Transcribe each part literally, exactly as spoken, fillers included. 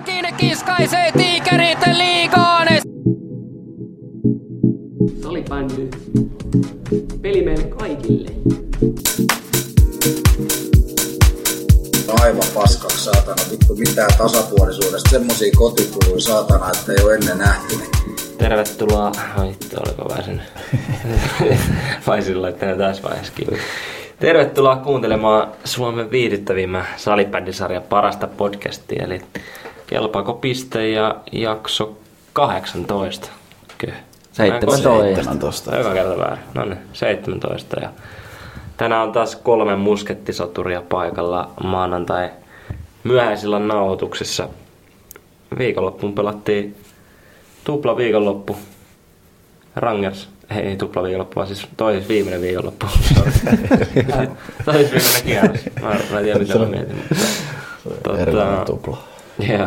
Todellakin kiskaisee tiikerit liigaan. Salibändy. Peli meille kaikille. Aivan paskaksi saatana, vittu mitään tasapuolisuudesta, semmosia kotikuluja saatana, että ei oo ennen nähty. Tervetuloa, vittu oliko vähän sen Vaisin laittanut tässä vaiheessa kiinni. Tervetuloa kuuntelemaan Suomen viihdyttävimmän salibändisarjan parasta podcastia, eli Kelpaako piste ja jakso kahdeksantoista. Kyllä. seitsemäntoista. Joka kerta väärin. No niin, seitsemäntoista. Ja tänään on taas kolme muskettisoturia paikalla maanantai myöhäisillan nauhoituksessa. Viikonloppuun pelattiin tupla viikonloppu. Rangers. Ei tupla viikonloppu, vaan siis tois viimeinen viikonloppu. Tois viimeinen kierros. Mä, mä en tiedä mitä mä mietin. Erilainen tupla. Yeah.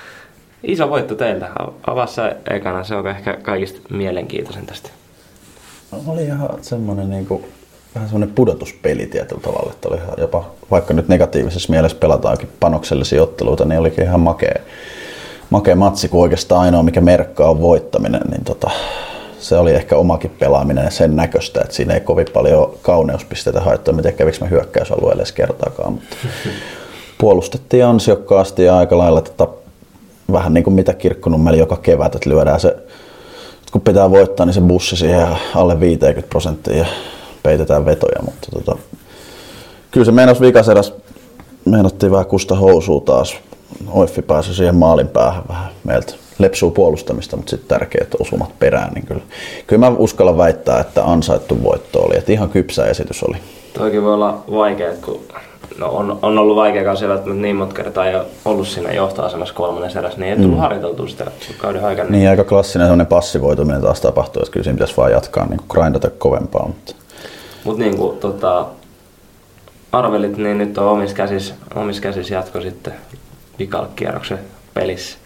Iso voitto teiltä. Avaa sä ekana, se on ehkä kaikista mielenkiintoisen tästä. No, oli ihan semmonen niinku, vähän semmonen pudotuspeli tietyllä tavalla, että oli jopa, vaikka nyt negatiivisessa mielessä pelataankin panoksellisia otteluita, niin olikin ihan makea, makea matsi, kun oikeastaan ainoa mikä merkkaa on voittaminen, niin tota, se oli ehkä omakin pelaaminen sen näköistä, että siinä ei kovin paljon kauneuspisteitä haittaa, miten käviks mä hyökkäysalueelle edes kertaakaan, mutta puolustettiin ansiokkaasti ja aika lailla tota, vähän niin kuin mitä Kirkkonummeli joka kevät, että lyödään se, kun pitää voittaa, niin se bussi siihen alle viisikymmentä prosenttia ja peitetään vetoja, mutta tota, kyllä se meinasi vikaseräs, meinattiin vähän kusta housua taas, Oiffi pääsi siihen maalin päähän vähän meiltä lepsuu puolustamista, mutta sitten tärkeät osumat perään, niin kyllä, kyllä mä uskallan väittää, että ansaittu voitto oli, että ihan kypsä esitys oli. Toikin voi olla vaikea, kun no on, on ollut vaikea kausi välttämättä niin monta kertaa ei ole ollut siinä johtoasemassa kolmannen erässä, niin ei tullut mm. harjoiteltua sitä kauden aikana. Niin aika klassinen sellainen passivoituminen taas tapahtuu, että kyllä siinä pitäisi vaan jatkaa niin grindata kovempaa. Mutta Mut niin kuin tota, arvelit, niin nyt on omissa käsissä, omis käsissä jatko sitten vikalla kierroksen pelissä.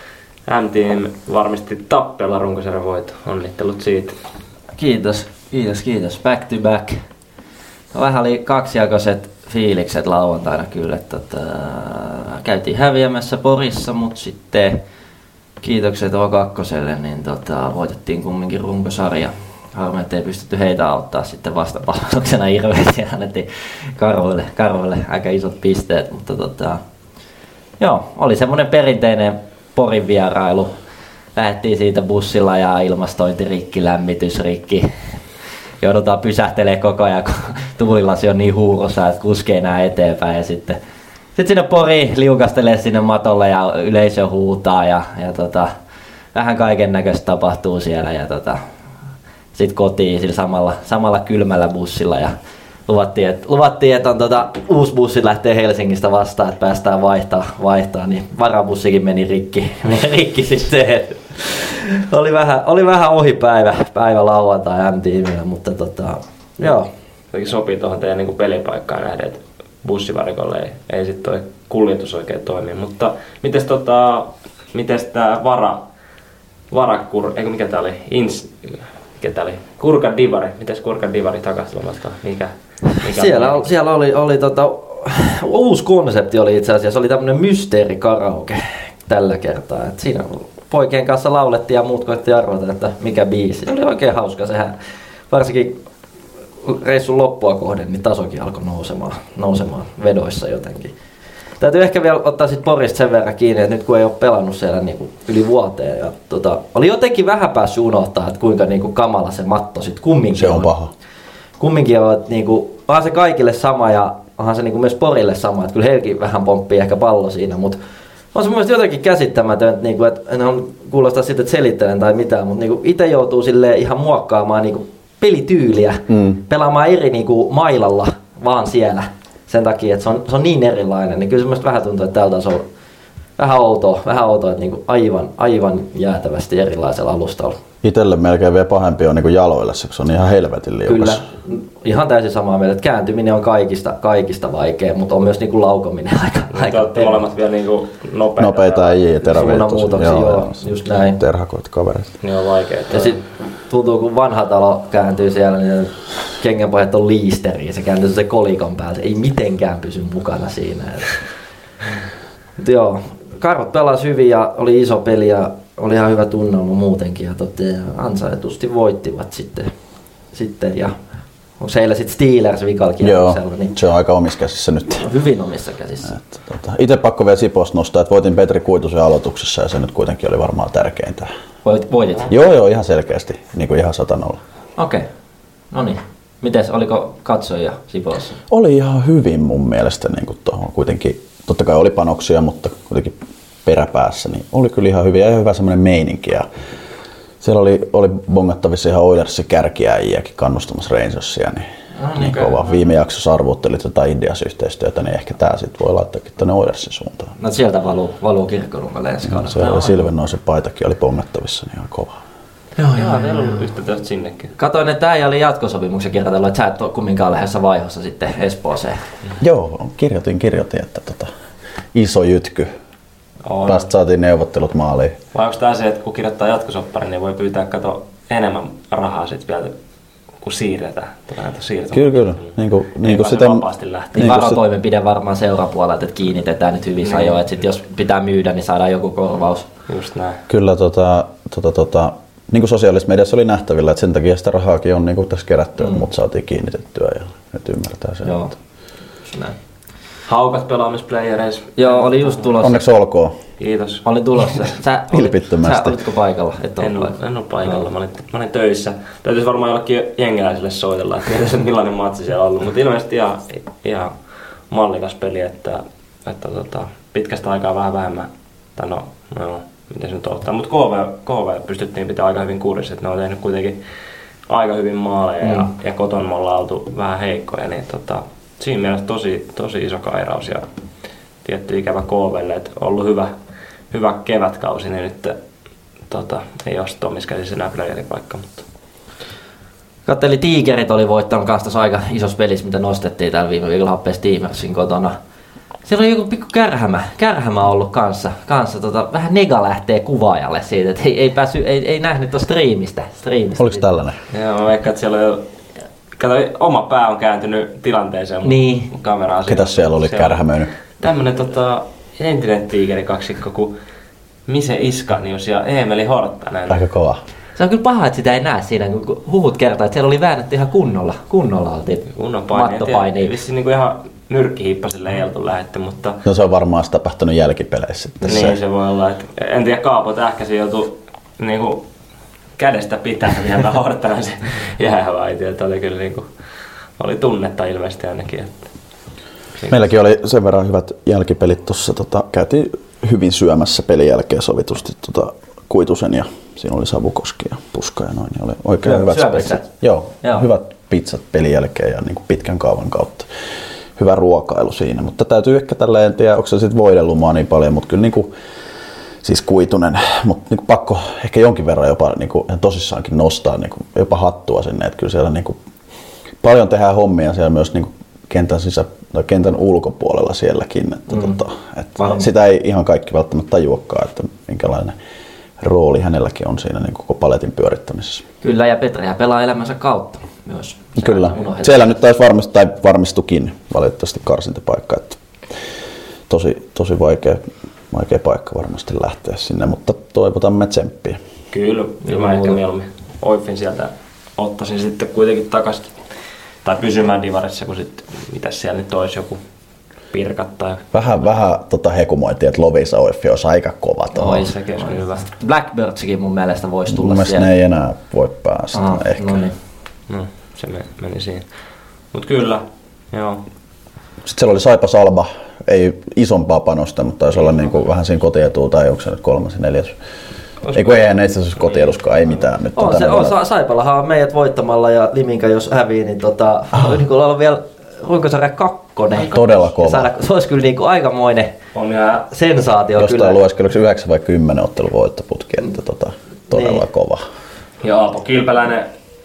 M-Team varmisti Tappella runkosarjan voito. Onnittelut siitä. Kiitos, kiitos, kiitos. Back to back. Vähän oli kaksijakoiset fiilikset lauantaina kyllä. Tota, käytiin häviämässä Porissa, mutta sitten kiitokset O kakkoselle, niin tota, voitettiin kumminkin runkosarja. Harmi, ettei pystytty heitä auttaa sitten vastapalveluksena hirveästi. Annettiin Karvoille, Karvoille aika isot pisteet, mutta tota, joo, oli semmoinen perinteinen Porin vierailu. Lähdettiin siitä bussilla ja ilmastointirikki, lämmitysrikki. Joudutaan pysähtelemään koko ajan, kun tuulilasi on niin huurossa, että kuski ei näe eteenpäin. Ja sitten, sitten sinne Poriin liukastelee sinne matolle ja yleisö huutaa ja, ja tota, vähän kaiken näköistä tapahtuu siellä. Ja tota, sitten kotiin sillä samalla, samalla kylmällä bussilla ja luvattiin, että, luvattiin, että on tota, uusi bussi lähtee Helsingistä vastaan, että päästään vaihtaa, vaihtaa, niin varabussikin meni rikki, meni rikki sitten. Oli vähän, oli vähän ohi päivä, päivä lauantai M-tiimillä, mutta tota, joo. Sekin sopii tuohon teidän niin pelipaikkaan nähden, että bussivarikolle ei, ei sitten toi kuljetus oikein toimi. Mutta mites tota, mites tää vara, varakur, eikö mikä tää oli, Ins, mikä tää oli, Kurkan Divari, mites Kurkan Divari takaisinlomasta, mikä? mikä siellä, oli, siellä oli, oli tota, uusi konsepti oli itse asiassa, oli tämmönen mysteerikaraoke tällä kertaa, et siinä poikien kanssa laulettiin ja muut koitti arvata, että mikä biisi. Se oli oikein hauska. Sehän varsinkin reissun loppua kohden, niin tasokin alkoi nousemaan, nousemaan vedoissa jotenkin. Täytyy ehkä vielä ottaa sit Porista sen verran kiinni, että nyt kun ei ole pelannut siellä niinku yli vuoteen. Ja tota, oli jotenkin vähän päässyt unohtaa, että kuinka niinku kamala se matto sit kumminkin se on. on. paha. Kumminkin on, että niinku, onhan se kaikille sama ja onhan se niinku myös Porille sama. Että kyllä heilläkin vähän pomppii ehkä pallo siinä, mutta on se mun mielestä jotenkin käsittämätöntä, niin että en ole kuulostaa siitä, että selittelen tai mitään, mutta niin itse joutuu silleen ihan muokkaamaan niin pelityyliä, mm. pelaamaan eri niin mailalla vaan siellä sen takia, että se on, se on niin erilainen. Niin kyllä se vähän tuntuu, että tältä on vähän outoa, vähän outoa että niin aivan, aivan jäätävästi erilaisella alustalla. Itselle melkein vielä pahempi on niin jaloille, se on ihan helvetin liukas. Kyllä, ihan täysin samaa mieltä, että kääntyminen on kaikista, kaikista vaikea, mutta on myös niin kuin laukominen aika, aika terve. Molemmat vielä niin kuin nopeita. Nopeita äijiä ja teräviä. Suunnanmuutoksia, joo, joo, just näin. Terhakoit kaverit. Niin on vaikea. Ja sitten tuntuu, kun vanha talo kääntyy siellä, niin kengänpohjat on liisteri ja se kääntyy se kolikon päälle. Ei mitenkään pysy mukana siinä. Mutta joo, Karvat pelasi hyvin ja oli iso peli ja oli ihan hyvä tunnelma muutenkin ja totta, ansaitusti voittivat sitten, sitten ja onko heillä sitten Steelers vikalla kierroksella? Niin se on aika omissa käsissä nyt. Hyvin omissa käsissä. Että, tota, itse pakko vielä Siposta nostaa, että voitin Petri Kuitusen aloituksessa ja se nyt kuitenkin oli varmaan tärkeintä. Voit, voitit? Joo, joo, ihan selkeästi, niin kuin ihan satanolla. Okei, okay. No niin. Mites, oliko katsojia Sipoossa? Oli ihan hyvin mun mielestä niin kuin tuohon kuitenkin, totta kai oli panoksia, mutta kuitenkin peräpäässä, niin oli kyllä ihan hyvin ja hyvä semmoinen meininki. Ja siellä oli, oli bongattavissa ihan Oilersin kärkiäjiäkin kannustamassa Rangersia, niin, ah, niin okay. Kova. Viime jaksossa arvuuttelit tätä Indias-yhteistyötä, niin ehkä tää sit voi laittaakin tuonne Oilersin suuntaan. No sieltä valuu, valuu Kirkkonummelle ensi kaudella. No, siellä oli Silvennoisen paitakin, oli bongattavissa, niin ihan kova. Joo, joo, meillä on ollut yhteyttä sinnekin. Katoin, että äijä oli jatkosopimuksen kirjoitellut, että sä et ole kumminkaan lähdössä vaihossa sitten Espooseen. Joo, kirjoitin, kirjoitin, että tota, iso jytky. On. Päästä saatiin neuvottelut maaliin. Vai onko tämä se, että kun kirjoittaa jatkosopparin, niin voi pyytää kato enemmän rahaa sit vielä, kun siirretään? Kyllä, kyllä. Niin kuin, niin niin kuin sitä, vapaasti lähtee. Niin varotoimenpide varmaan seurapuolelta, että kiinnitetään nyt hyvissä niin. ajoin, että sit jos pitää myydä, niin saadaan joku korvaus. Just näin. Kyllä, tota, tota, tota, niin kuin sosiaalisessa mediassa oli nähtävillä, että sen takia sitä rahaakin on niin kuin tässä kerättyä, mm. mutta saatiin kiinnitettyä ja nyt ymmärtää sen. Joo, näin. Haukat pelaamisplayereissa. Joo, oli just tulossa. Onneksi olkoon. Kiitos. Olin tulossa. Sä olit, sä olitko paikalla? Et en, ollut, en ollut paikalla. Mä olin, mä olin töissä. Täytyisi varmaan jollekin jengiläisille soitella, että millainen matsi siellä on ollut. Mutta ilmeisesti ihan, ihan mallikas peli, että, että tota, pitkästä aikaa vähän vähemmän. Tai no, no miten se nyt ottaa. Mutta K V, K V pystyttiin pitämään aika hyvin kurissa. Että ne on tehnyt kuitenkin aika hyvin maaleja mm. ja, ja koton me ollaan oltu vähän heikkoja. Niin tota, siinä mielessä tosi, tosi iso kairaus ja tietty ikävä K V:lle, että on ollut hyvä, hyvä kevätkausi, niin nyt tota, ei ole sitten omissa käsissä enää playeripaikka. Mutta. Katteli Tigerit oli voittanut kanssa aika isossa pelissä, mitä nostettiin täällä viime viikolla Happes Steamersin kotona. Siellä on joku pikku kärhämä, kärhämä ollut kanssa. kanssa tota, vähän nega lähtee kuvaajalle siitä, että ei, ei, pääsy, ei, ei nähnyt tuosta striimistä. striimistä. Oliko tällainen? Joo, mä veikkaan, että siellä on jo kato, oma pää on kääntynyt tilanteeseen niin. kameraan. Ketäs siellä oli kärhämöinyt? Tämmönen tota, entinen tiigerikaksikko kuin Mise Iskanius ja Eemeli Horttanen. Aika kova. Se on kyllä paha, että sitä ei näe siinä, kun huhut kertoo, että siellä oli väännetty ihan kunnolla. Kunnolla oltiin kunnon paini. Mattopaini. Vissiin niin kuin ihan nyrkkihippasille ei oltu lähdetty, mutta. No se on varmaan tapahtunut jälkipeleissä. Niin se. se voi olla, että en tiedä, Kaapot ähkäsi joutui niinku kädestä pitää vielä Horttanen se jäävaiti, että oli kyllä niinku, oli tunnetta ilmeisesti ainakin. Että. Meilläkin oli sen verran hyvät jälkipelit tuossa, tota, käytiin hyvin syömässä pelin jälkeen sovitusti tota, Kuitusen ja siinä oli Savukoski ja Puska ja noin, niin oli oikein Syö, hyvät speksit. Joo, Joo, hyvät pizzat pelin jälkeen ja niin kuin pitkän kaavan kautta. Hyvä ruokailu siinä, mutta täytyy ehkä tälleen, en tiedä, onko se sitten voidellumaa niin paljon, mutta kyllä niin kuin, siis Kuitunen, mutta niin kuin pakko ehkä jonkin verran jopa niin kuin, tosissaankin nostaa niin kuin, jopa hattua sinne, että kyllä siellä niin kuin, paljon tehdään hommia siellä myös niin kuin, kentän sisä tai kentän ulkopuolella sielläkin, että, mm. tota, että sitä ei ihan kaikki välttämättä tajuakaan, että minkälainen rooli hänelläkin on siinä niin koko paletin pyörittämisessä. Kyllä, ja Petriä pelaa elämänsä kautta myös. Kyllä, siellä nyt taisi varmistu, tai varmistukin valitettavasti karsintapaikka, että tosi, tosi vaikea, vaikea paikka varmasti lähteä sinne, mutta toivotamme tsemppiä. Kyllä, kyllä mä ehkä mieluummin Oiffin sieltä ottaisin sitten kuitenkin takaisin. Tai pysymään divarissa, kun sitten mitäs siellä nyt olisi joku Pirkat tai. Vähän, vähän tota hekumointia, että Lovisa Oiffi olisi aika kova tuohon. Sekin olisi hyvä. Blackbirdskin mun mielestä voisi tulla mun mielestä siellä. Ne ei enää voi päästä. Aha, ehkä. No, niin. no se meni siihen. Mut kyllä, joo. Sitten siellä oli Saipa Salba, ei isompaa panosta, mutta taisi olla niinku vähän siinä kotietua tai onko se nyt kolmas ja neljäs. Ei kun ei näistä siis kotieduskaan, ei mitään. Nyt on, on se, on, Sa- Saipallahan on meidät voittamalla ja Liminka jos hävii, niin tota, ah. niin olla vielä runkosarja kakkonen. Todella kova. Saada, se olisi kyllä niin kuin aikamoinen on ihan sensaatio. Jostain lueski, oliko yhdeksän vai kymmenen ottelun voittoputki, että tota, todella niin. Kova. Ja Aapo Kilpeläinen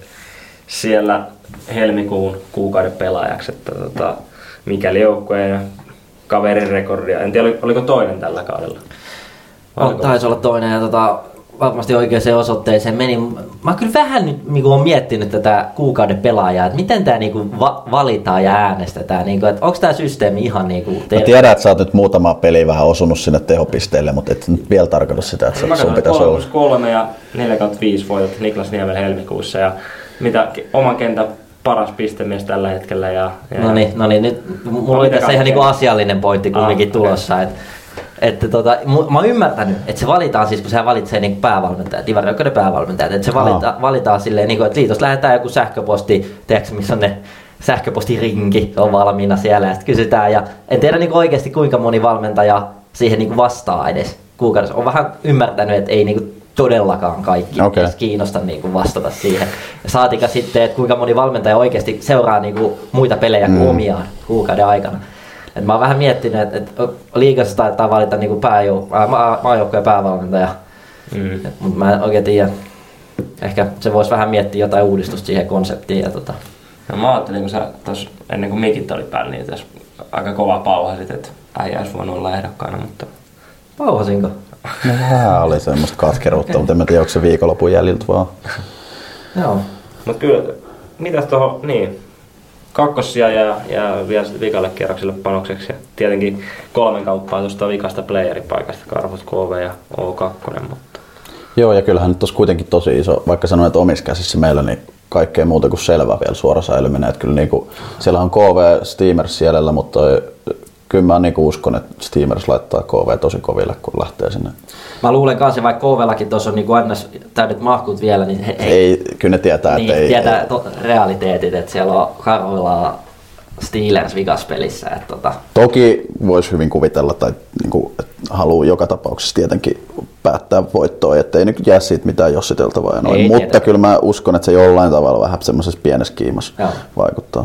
siellä helmikuun kuukauden pelaajaksi, että tota, mikäli joukkueen kaverin rekordia, en tiedä oliko toinen tällä kaudella. No, taisi olla toinen ja tota, varmasti oikeaan osoitteeseen meni. Mä kyllä vähän nyt niin olen miettinyt tätä kuukauden pelaajaa, että miten tämä niin va- valitaan ja äänestetään. Niin kuin, että onko tämä systeemi ihan niin kuin terve? Mä tiedän, että sä oot nyt muutamaa peliä vähän osunut sinne tehopisteelle, mutta et nyt vielä tarkoita sitä, että mä sun pitäisi olla. kolme ja neljä kautta viisi voitot Niklas Niemelä helmikuussa ja mitä oman kentän paras pistemies tällä hetkellä. Ja, ja no niin, no niin, nyt mulla oli tässä ihan niinku asiallinen pointti kumminkin ah, tulossa. Okay. Että, että tota, mä oon ymmärtänyt, että se valitaan siis, kun sehän valitsee niinku päävalmentajat, Ivar Joukkonen päävalmentajat, että se valita, ah. valitaan silleen, niinku, että liitosta lähetään joku sähköposti, tiedätkö missä on ne sähköpostirinki on valmiina siellä ja sitten kysytään. Ja en tiedä niinku oikeasti kuinka moni valmentaja siihen niinku vastaa edes kuukaudessa. Olen vähän ymmärtänyt, että ei niinku todellakaan kaikki okay. edes kiinnosta niinku vastata siihen. Ja saatika sitten, että kuinka moni valmentaja oikeasti seuraa niinku muita pelejä kuin mm. omiaan kuukauden aikana. Et mä oon vähän miettinyt, että et liigassa taitaa valita niinku pääjou- äh, maa- maajoukkojen päävalmentaja. Mm. Mutta mä en oikein tiedä. Ehkä se voisi vähän miettiä jotain uudistusta siihen konseptiin. Ja tota. No, mä ajattelin, kun sä tos, ennen kuin mikit oli päällä, niin tässä aika kova pauhasit, että äijä olisi voinut olla ehdokkaana, mutta... Pauhasinko? No vähän oli semmoista katkeruutta, mutta en mä tiedä, onko se viikonlopun jäljiltä vaan. Joo. Mut kyllä, mitäs tohon, niin, kakkosia ja, ja vielä vikalle kierrokselle panokseksi. Ja tietenkin kolmen kauppaa tuosta vikasta playeripaikasta, Karhut, K V ja O kaksi, mutta... Joo, ja kyllähän nyt tossa kuitenkin tosi iso, vaikka sanoin, että omissa käsissä meillä, niin kaikkea muuta kuin selvä vielä suorasäilyminen. Että kyllä niinku, siellä on K V Steamers siellä, mutta toi, kyllä mä niinku uskon, että Steamers laittaa K V tosi koville, kun lähtee sinne. Mä luulen kanssa, vaikka K V:llakin tuossa on niinku aina täydet mahkut vielä, niin he, he, ei, kyllä ne tietää, niin, että ei... tietää ei, to, realiteetit, että siellä on Karhuilla Steelers vikaspelissä. Että tota. Toki voisi hyvin kuvitella, tai niinku, haluaa joka tapauksessa tietenkin päättää voittoa, ettei nyt jää siitä mitään jossiteltavaa ja noin. Ei, mutta tietenkin. Kyllä mä uskon, että se jollain tavalla vähän semmoisessa pienessä kiimassa Joo. vaikuttaa.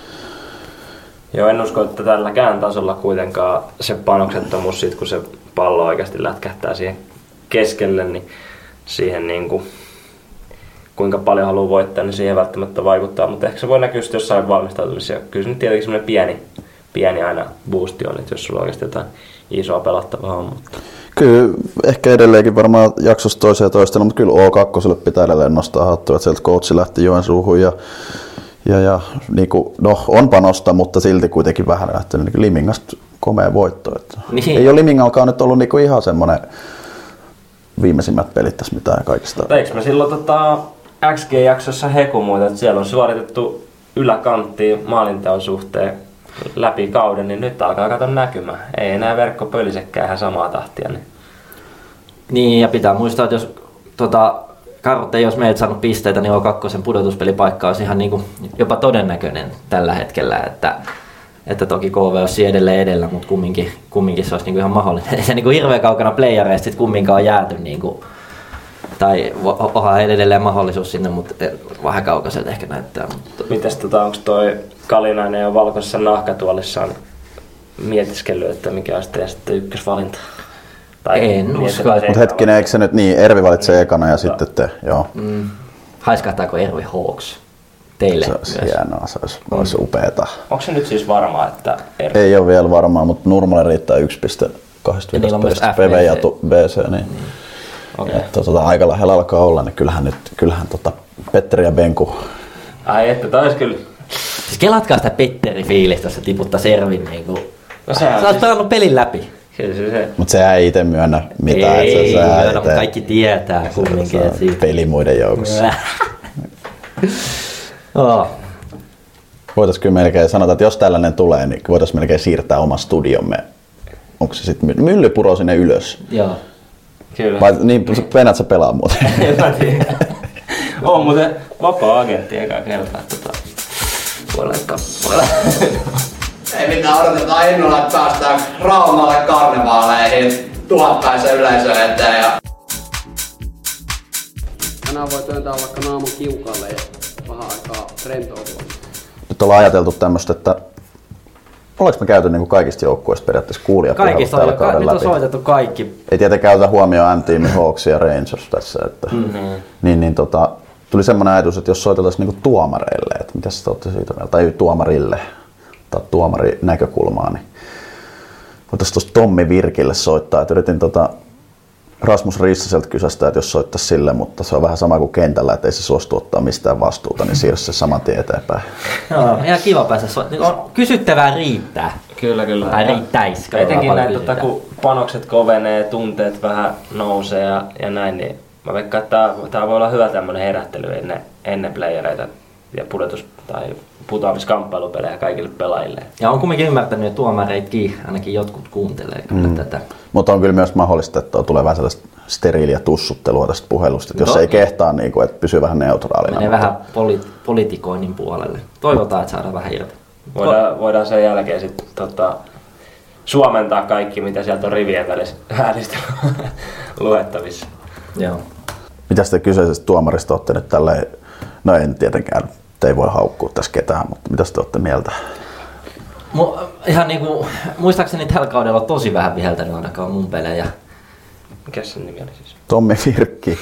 Joo, en usko, että tälläkään tasolla kuitenkaan se panoksettomuus siitä, kun se pallo oikeasti lätkähtää siihen keskelle, niin siihen niin kuin, kuinka paljon haluaa voittaa, niin siihen välttämättä vaikuttaa. Mutta ehkä se voi näkyä sitten jossain valmistautumisessa. Kyllä se nyt tietenkin semmoinen pieni, pieni aina boosti on, että jos sulla oikeasti jotain isoa pelattavaa on. Mutta... Kyllä ehkä edelleenkin varmaan jaksossa toiseen toistella, mutta kyllä O kaksi pitää edelleen nostaa hattua, että sieltä coachi lähti Joensuuhun ja Ja, ja niin kuin, no, on panosta, mutta silti kuitenkin vähän lähtenyt niin Limingasta komea voitto. Että niin. Ei ole Limingalkaan nyt ollut niin kuin ihan semmoinen viimeisimmät pelit tässä mitään kaikista. Eikö me silloin tota, X G-jaksossa hekumuita, että siellä on suoritettu yläkanttiin maalinteon suhteen läpi kauden, niin nyt alkaa kato näkymään. Ei enää verkko pölisekään ihan samaa tahtia. Niin, niin ja pitää muistaa, että jos tota, Karhut ei olisi meiltä saanut pisteitä, niin O kaksi pudotuspelipaikka olisi ihan niin kuin jopa todennäköinen tällä hetkellä, että, että toki K V olisi edelleen edellä, mutta kumminkin, kumminkin se olisi niin kuin ihan mahdollinen. Ei se niin kuin hirveän kaukana playereista sitten kumminkaan jääty, niin kuin, tai onhan edelleen mahdollisuus sinne, mutta vähän kaukaiselta ehkä näyttää. Mutta... Mites tota, onko toi Kalinainen ja valkoisessa nahkatuolissaan mietiskellyt, että mikä olisi teidän sitten ykkösvalinta? Tai en usko. Mutta hetkinen, eikö se nyt niin, Ervi valitsee ekana ja no. sitten te, joo. Mm. Haiskahtaako Ervi Hawks teille? Se olisi hienoa, se olisi, mm. olisi upeeta. Onko se nyt siis varmaa, että Ervi? Ei ole vielä varmaa, mutta Nurmalle riittää yksi piste kahdesta pelistä, P V ja B C, niin. Mm. Okay. Että, tota, aika lähellä alkaa olla, niin kyllähän nyt, kyllähän tota Petteri ja Benku. Ai että, taisi kyllä. Siis kelatkaa sitä Petteri-fiilistä, jos se tiputtaa Ervin niinku. No, sä oot siis... pelannut pelin läpi. Se, se. Mutta se ei itse myönnä mitään. Ei se, myönnä, mutta kaikki tietää kumminkin. Peli muiden joukossa. oh. Voitaisiin kyllä melkein sanoa, että jos tällainen tulee, niin voitaisiin melkein siirtää oman studiomme. Onko se sitten myllypuro sinne ylös? Joo. Kyllä. Vai niin, venät sä pelaa muuten? En mä tiedä. On muuten vapaa-agentti eka kertaa. Tota, voi laittaa. Ei mitään, odotetaan innolla, että päästään Raumalle karnevaaleihin tuhatpäisen yleisön eteen. Ja... Tänään voi työntää vaikka naamun kiukalle ja vähän aikaa rentoutua. Nyt ollaan ajateltu tämmöistä, että ollaanko me käyty niin kuin kaikista joukkueista periaatteessa kuulijat kaikista on, ka- nyt on soitettu kaikki. Ei tietenkään ota huomioon M-tiimi, Hawks ja Rangers tässä. Että, mm-hmm. niin, niin, tota, tuli semmoinen ajatus, että jos soiteltaisiin niin kuin tuomareille, että mitä sä olette siitä mieltä, tai tuomarille, tai tuomarin näkökulmaa, niin voitaisiin tuosta Tommi Virkille soittaa. Että yritin tota, Rasmus Rissaselta kysästä, että jos soittaisi sille, mutta se on vähän sama kuin kentällä, että ei se suostu ottaa mistään vastuuta, niin siirry se saman tien eteenpäin. Joo, ihan kiva päästä soittamaan. Kysyttävää riittää. Kyllä, kyllä. Tai riittäisi. Etenkin näin, tota, kun panokset kovenee, tunteet vähän nousee ja, ja näin, niin mä veikkaan, että tää voi olla hyvä tämmönen herättely ennen, ennen playereita ja pudotus- tai putoamiskamppailupelejä kaikille pelaajille. Ja on kumminkin ymmärtänyt, että tuomareitkin ainakin jotkut kuuntelee mm. tätä. Mutta on kyllä myös mahdollista, että tulee vähän sellaista steriiliä tussuttelua tästä puhelusta, että jos no, ei kehtaa, niin kuin, että pysyy vähän neutraalina. Menee mutta... vähän poli- politikoinnin puolelle. Toivotaan, että saadaan vähän irti. Voidaan, voidaan sen jälkeen sitten tota, suomentaa kaikki, mitä sieltä on rivien välissä äänistä luettavissa. Joo. Mitä te kyseisestä tuomarista olette nyt tälleen, no en tietenkään, te ei voi haukkua tässä ketään, mutta mitä te olette mieltä? Mu- ihan niinku, muistaakseni tällä kaudella on tosi vähän viheltänyt ainakaan mun pelejä. Mikäs sen nimi oli siis? Tommi Virkki.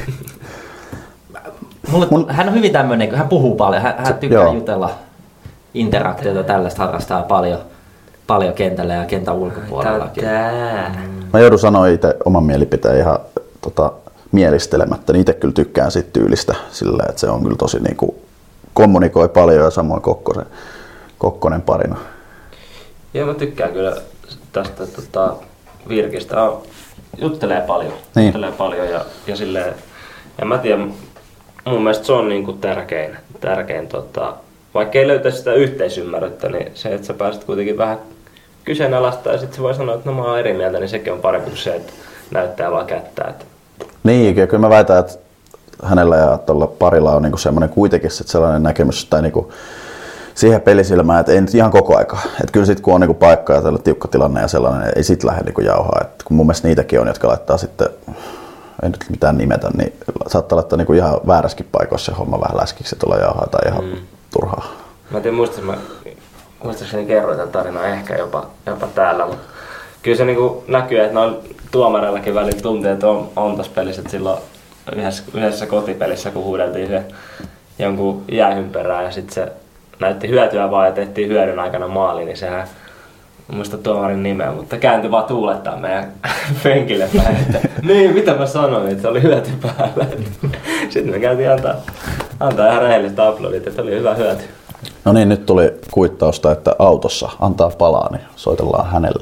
Mulle, Mun... Hän on hyvin tämmönen, hän puhuu paljon, hän, hän tykkää Joo. jutella, interaktiota tällaista harrastaa paljon, paljon kentällä ja kentän ulkopuolellakin. Mä joudun sanoa itse oman mielipiteen ihan tota, mielistelemättä, niin itse kyllä tykkään siitä tyylistä sillä, että se on kyllä tosi niinku, kommunikoi paljon ja samoin Kokkosen, Kokkonen parina. Joo, mä tykkään kyllä tästä tota, Virkistä. Juttelee paljon, niin. juttelee paljon ja, ja silleen, en mä tiedä, mun mielestä se on niinku tärkein, tärkein tota, vaikka ei löytäisi sitä yhteisymmärryttä, niin se, että sä pääset kuitenkin vähän kyseenalaista ja sitten se voi sanoa, että no mä oon eri mieltä, niin sekin on parempi kuin se, että näyttää vaan kättä. Että... Niin, ja kyllä mä väitän, että hänellä ja tuolla parilla on niinku semmoinen kuitenkin että sellainen näkemys tai niinku siihen pelisilmään, että ei nyt ihan koko aika. Että kyllä sit kun on niinku paikka ja tällä tiukka tilanne ja sellainen, ei sit lähde niinku jauhaa. Et kun mun mielestä niitäkin on, jotka laittaa sitten, ei nyt mitään nimetä, niin saattaa laittaa niinku ihan vääräskin paikoissa se homma vähän läskiksi, että olla jauhaa tai ihan mm. turhaa. Mä en tiedä, muistaakseni kerroin tämän tarinan ehkä jopa, jopa täällä, mutta kyllä se niinku näkyy, että noin tuomareillakin välillä tunteet on, on tässä pelissä, että silloin yhdessä, yhdessä kotipelissä, kun huudeltiin se jonkun jäähyn perään ja sitten se näytti hyötyä vaan ja tehtiin hyödyn aikana maali, niin sehän, muista tuomarin nimeä, mutta kääntyi vaan tuulettaa meidän penkille päin, että niin, mitä mä sanoin, että se oli hyöty päällä. Sitten me käytiin antaa, antaa ihan rehellistä uploadit, että oli hyvä hyöty. No niin, nyt tuli kuittausta, että autossa antaa palaa, niin soitellaan hänelle.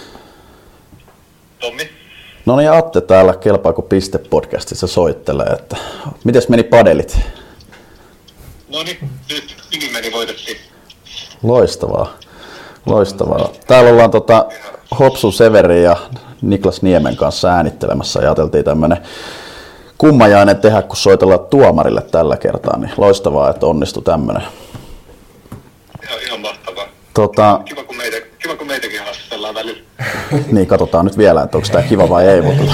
Tommi. No niin, Atte täällä Kelpaako Piste podcastissa soittelee, että mites meni padelit? No niin, nyt hyvin meni, voitettiin. Loistavaa, loistavaa. Täällä ollaan tota Hopsu Severi ja Niklas Niemen kanssa äänittelemässä ja ajateltiin tämmönen kummajainen tehdä, kun soitellaan tuomarille tällä kertaa, niin loistavaa, että onnistui tämmönen. Ihan, ihan mahtavaa. Tota... Kiva, kun meitä, kiva, kun meitäkin haastellaan välillä. Niin, katsotaan nyt vielä, että onko tämä kiva vai ei. Mutta...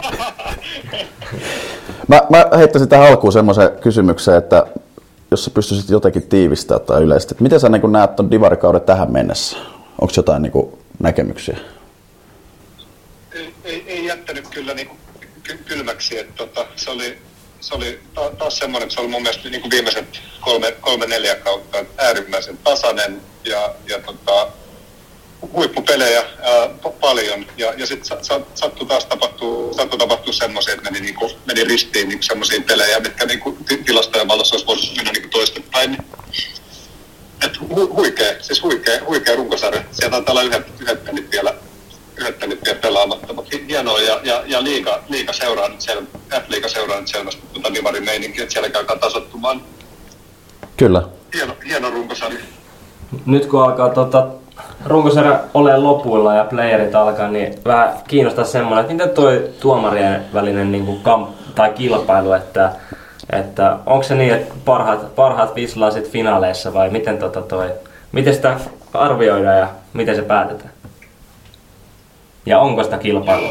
mä, mä heittäisin tähän alkuun semmoisen kysymyksen, että jos sä pystyisit jotenkin tiivistämään tai yleisesti, että miten sä niin näet ton divarikauden tähän mennessä? Onko jotain niin kuin, näkemyksiä? Ei, ei, ei jättänyt kyllä niin kuin, ky- kylmäksi. Että, tota, se oli, se oli taas semmoinen, että se oli mun mielestä niin kuin viimeiset kolme, kolme neljä kautta äärimmäisen tasainen ja, ja tota, huippupelejä ää, paljon. Ja, ja sitten sa, sattui taas tapahtuu, sattui tapahtuu semmoisia, että meni, niinku, meni ristiin niinku semmoisia pelejä, mitkä niinku, tilastojen valossa olisi voinut mennä niinku toistepäin. Et hu, huikea, siis huikea, huikea runkosarja. Sieltä taitaa olla yhdet, yhdet pelit vielä, yhdet pelit vielä pelaamatta, mutta hienoa. Ja, ja, ja liiga, liiga seuraa nyt sel, F-liiga seuraa nyt selvästi tuota Divarin meininkiä, että siellä käykää tasottumaan. Kyllä. Hieno, hieno runkosarja. Nyt kun alkaa tota, runkosarja olemaan lopuilla ja playerit alkaa, niin vähän kiinnostaa semmoinen, että miten toi tuomarien välinen niin kuin kamp- tai kilpailu, että, että onko se niin, että parhaat, parhaat vislaa sit finaaleissa vai miten, tota toi, miten sitä arvioidaan ja miten se päätetään? Ja onko sitä kilpailua?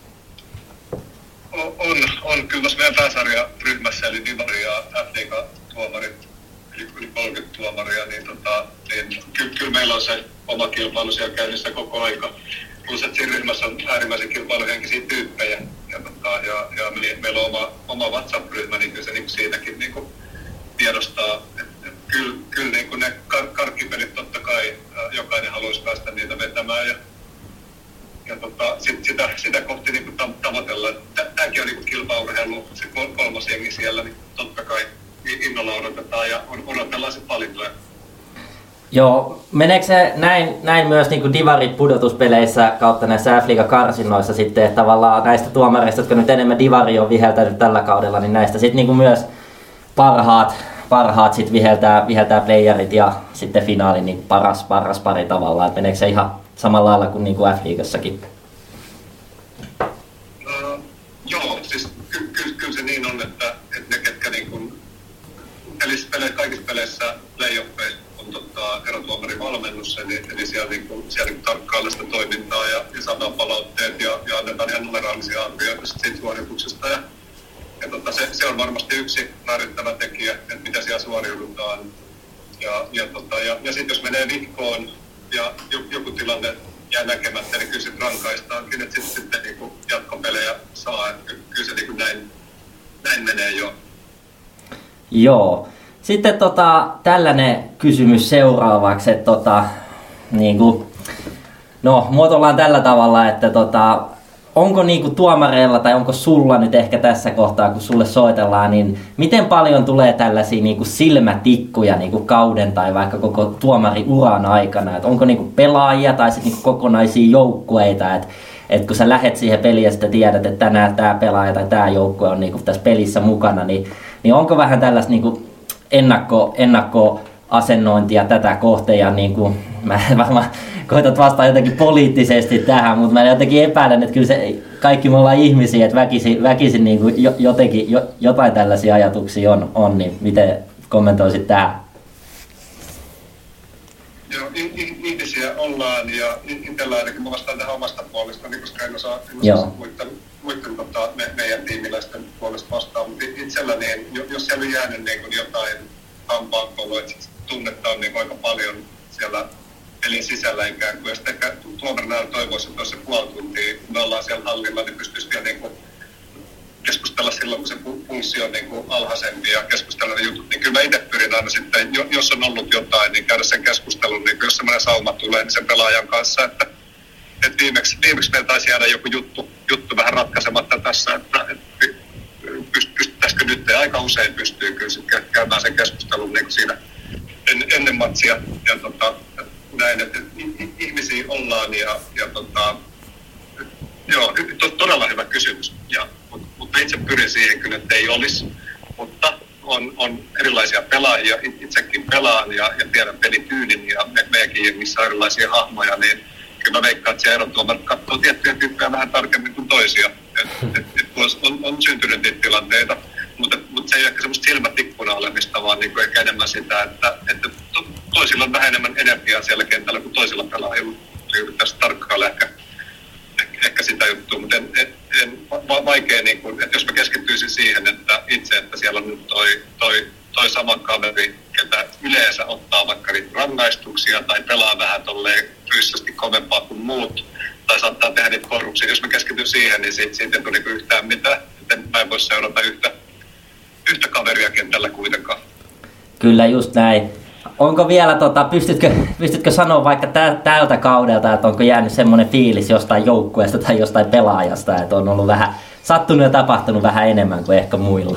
On, on, on. Kyllä tässä meidän pääsarjaryhmässä, eli Divari ja F-liiga-tuomarit, yli kolmekymmentä tuomaria, niin, tota, niin ky, kyllä meillä on se oma kilpailu siellä käynnissä koko aika. Plus, että siinä ryhmässä on äärimmäisen kilpailuhenkisiä tyyppejä. Ja, tota, ja, ja me, meillä on oma, oma WhatsApp-ryhmä, niin kyllä se niin siitäkin niin kuin tiedostaa. Et, et, kyllä kyllä niin kuin ne kar- karkkipelit totta kai jokainen haluaisi päästä niitä vetämään. Ja, ja tota, sit, sitä sitä, sitä kohti niin kuin tavoitella. Tämäkin on niin kuin kilpaurheilu, se kolmas jengi siellä, niin totta kai innolla odotetaan ja odotellaan sitten valintoja. Joo, meneekö se näin, näin myös niin kuin divarit pudotuspeleissä kautta näissä F-liiga-karsinnoissa sitten, että tavallaan näistä tuomareista, jotka nyt enemmän divari on viheltänyt tällä kaudella, niin näistä sitten niin kuin myös parhaat, parhaat sit viheltää, viheltää playerit ja sitten finaalin niin paras, paras pari tavallaan, että meneekö se ihan samalla lailla kuin, niin kuin F-liigassakin? Uh, joo, siis ky- ky- kyllä se niin on, että, että ne ketkä niin kuin pelissä, pele- kaikissa peleissä playoffeissa on tota, erotuomarivalmennus, eli, eli siellä, niin kuin, siellä niin tarkkailla sitä toimintaa ja, ja saadaan palautteet ja, ja annetaan ihan numeraalisia arvioita siitä suorituksesta. Ja, ja tota, se, se on varmasti yksi määrittävä tekijä, että miten siellä suoriudutaan. Ja, ja, tota, ja, ja sitten jos menee vihkoon ja joku tilanne jää näkemättä, niin kyllä sitten rankaistaankin, että sitten, sitten niin jatkopelejä saa. Että kyllä se niin näin, näin menee jo. Joo. Sitten tota, tällainen kysymys seuraavaksi, että tota, niin kuin, no, muotoillaan tällä tavalla, että tota, onko niinku tuomareilla tai onko sulla nyt ehkä tässä kohtaa, kun sulle soitellaan, niin miten paljon tulee tällaisia niinku silmätikkuja niinku kauden tai vaikka koko tuomariuran aikana? Et onko niinku pelaajia tai sitten niinku kokonaisia joukkueita, että et kun sä lähet siihen peliin ja sitten tiedät, että tänään tämä pelaaja tai tämä joukkue on niinku tässä pelissä mukana, niin, niin onko vähän tällaista niinku ennakko, ennakkoasennointia tätä kohteen ja niinku, mä varmaan koetat vastaa jotenkin poliittisesti tähän, mutta mä jotenkin epäilen, että kyllä se, kaikki me ollaan ihmisiä, että väkisin, väkisin niin kuin jo, jotenkin, jo, jotain tällaisia ajatuksia on, on, niin miten kommentoisit tähän? Joo, ihmisiä ollaan ja itsellä ainakin mä vastaan tähän omasta puolestani, koska en osaa, en osaa muiden, muiden tota, me, meidän tiimiläisten puolesta vastaan, mutta itsellä niin, jos siellä on jäänyt niin kuin jotain hampaankolua, että tunnetta on niin aika paljon siellä pelin sisällä ikään kuin, ja sitten ehkä tuomarina toivoisin, että tuossa puoli tuntia, kun me ollaan siellä hallilla, niin pystyisi vielä niin kuin keskustella silloin, kun se pulssi on niin kuin alhaisempi ja keskustella ne jutut, niin kyllä mä itse pyrin aina sitten, jos on ollut jotain, niin käydä sen keskustelun, niin jos semmoinen sauma tulee, niin sen pelaajan kanssa, että, että viimeksi, viimeksi meillä taisi jäädä joku juttu, juttu vähän ratkaisematta tässä, että, että pystyttäisikö nyt, ja aika usein pystyy kyllä käymään sen keskustelun niin kuin siinä en, ennen matsia, ja tota, näin, että ihmisiä ollaan ja, ja tota, joo, to, todella hyvä kysymys, ja, mutta, mutta itse pyrin siihen kyllä, että ei olisi, mutta on, on erilaisia pelaajia, itsekin pelaan ja, ja tiedän pelityylin ja me, meidänkin jengissä on erilaisia hahmoja, niin kyllä mä veikkaan, että se erotuomat katsoo tiettyjä tyyppejä vähän tarkemmin kuin toisia, että et, et on, on syntynyt niitä tilanteita, mutta, mutta se ei ehkä semmoista silmätikkuna olemista, vaan niin kuin ehkä enemmän sitä, että, että toisilla on vähän enemmän energiaa siellä kentällä kuin toisilla pelaajilla. Yrittäisi tarkkailla ehkä, ehkä sitä juttua, mutta en, en, en, va, vaikea, niin kuin, että jos mä keskittyisin siihen, että itse, että siellä on nyt toi, toi, toi sama kaveri, ketä yleensä ottaa vaikka niitä rangaistuksia tai pelaa vähän tolleen fyysisesti kovempaa kuin muut, tai saattaa tehdä niitä korrupsia. Jos mä keskityn siihen, niin siitä, siitä ei tule niin yhtään mitään. Joten mä en voi seurata yhtä, yhtä kaveria kentällä kuitenkaan. Kyllä, just näin. Onko vielä, tota, pystytkö, pystytkö sanoa vaikka tä, tältä kaudelta, että onko jäänyt semmoinen fiilis jostain joukkueesta tai jostain pelaajasta, että on ollut vähän sattunut ja tapahtunut vähän enemmän kuin ehkä muilla?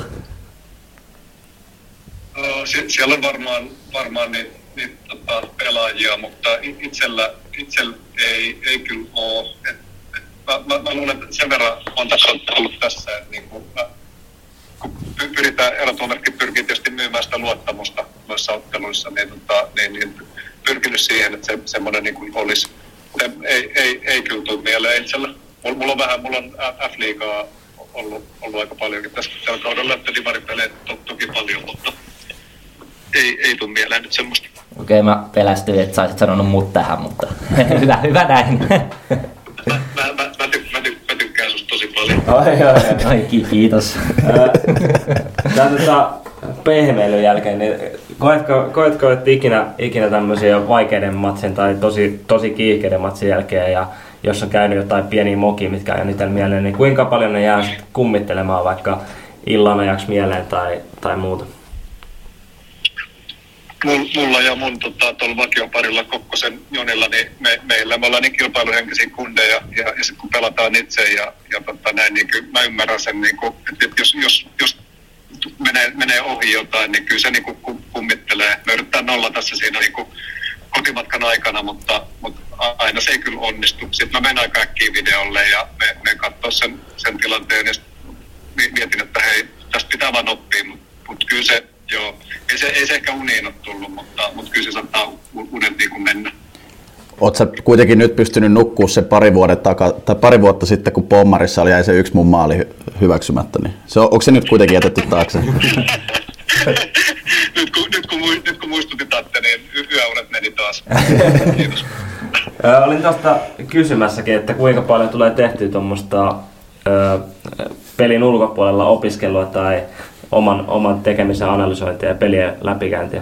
Sie- siellä on varmaan, varmaan niitä, niitä tota, pelaajia, mutta itsellä, itsellä ei, ei kyllä ole. Et, et, mä, mä, mä luulen, että sen verran on tässä ollut tässä, että niin kun, mä, kun pyritään, erotuomarikki pyrkii tietysti myymään sitä luottamusta noissa otteluissa, niin, tota, niin, niin pyrkinyt siihen, että se, semmoinen niin kuin olisi. Se, ei, ei, ei kyllä tule mieleen itsellä. Mulla, mulla on vähän, mulla on F-liigaa ollut, ollut aika paljonkin tässä tällä kaudella, että divaripelejä to, toki paljon, mutta ei, ei tule mieleen nyt semmoista. Okei, mä pelästyin, että sä olisit sanonut mut tähän, mutta hyvä, hyvä näin. Mä, mä, mä, mä, tyk, mä, tyk, mä tykkään susta tosi paljon. Ai, ai, ai kiitos. Tää tota pehmeilyn jälkeen, niin koetko, koetko että ikinä, ikinä tämmöisiä vaikeiden matsin tai tosi, tosi kiihkeiden matsin jälkeen, ja jos on käynyt jotain pieniä mokia, mitkä on itsellä mieleen, niin kuinka paljon ne jää kummittelemaan vaikka illan ajaksi mieleen tai, tai muuta? mulla ja mun tota, tuolla vakioparilla Kokkosen Jonilla, niin me, meillä me ollaan niin kilpailuhenkisiä kundeja ja, ja sitten kun pelataan itse ja, ja tota, näin, niin kyllä mä ymmärrän sen, niin kuin, että, että jos, jos, jos menee, menee ohi jotain, niin kyllä se niin kuin kummittelee. Me yritetään nollata se siinä niin kuin kotimatkan aikana, mutta, mutta aina se ei kyllä onnistu. Sitten mä menen aika äkkiä videolle ja me, me katsoo sen, sen tilanteen ja mietin, että hei, tästä pitää vaan oppia, mutta mut kyllä se, joo, ei se, ei se ehkä uniin ole tullut, mutta, mutta kyllä se saattaa unet niin kuin mennä. Oletko sä kuitenkin nyt pystynyt nukkua se pari, vuoden taka, tai pari vuotta sitten, kun Pommarissa oli jäi se yksi mun maali hyväksymättä, niin se on, onko se nyt kuitenkin jätetty taakse? nyt, kun, nyt, kun, nyt kun muistutitte, niin yöunet meni taas. Kiitos. Olin tuosta kysymässäkin, että kuinka paljon tulee tehtyä tuommoista pelin ulkopuolella opiskelua tai oman, oman tekemisen analysointia ja pelien läpikäyntiä.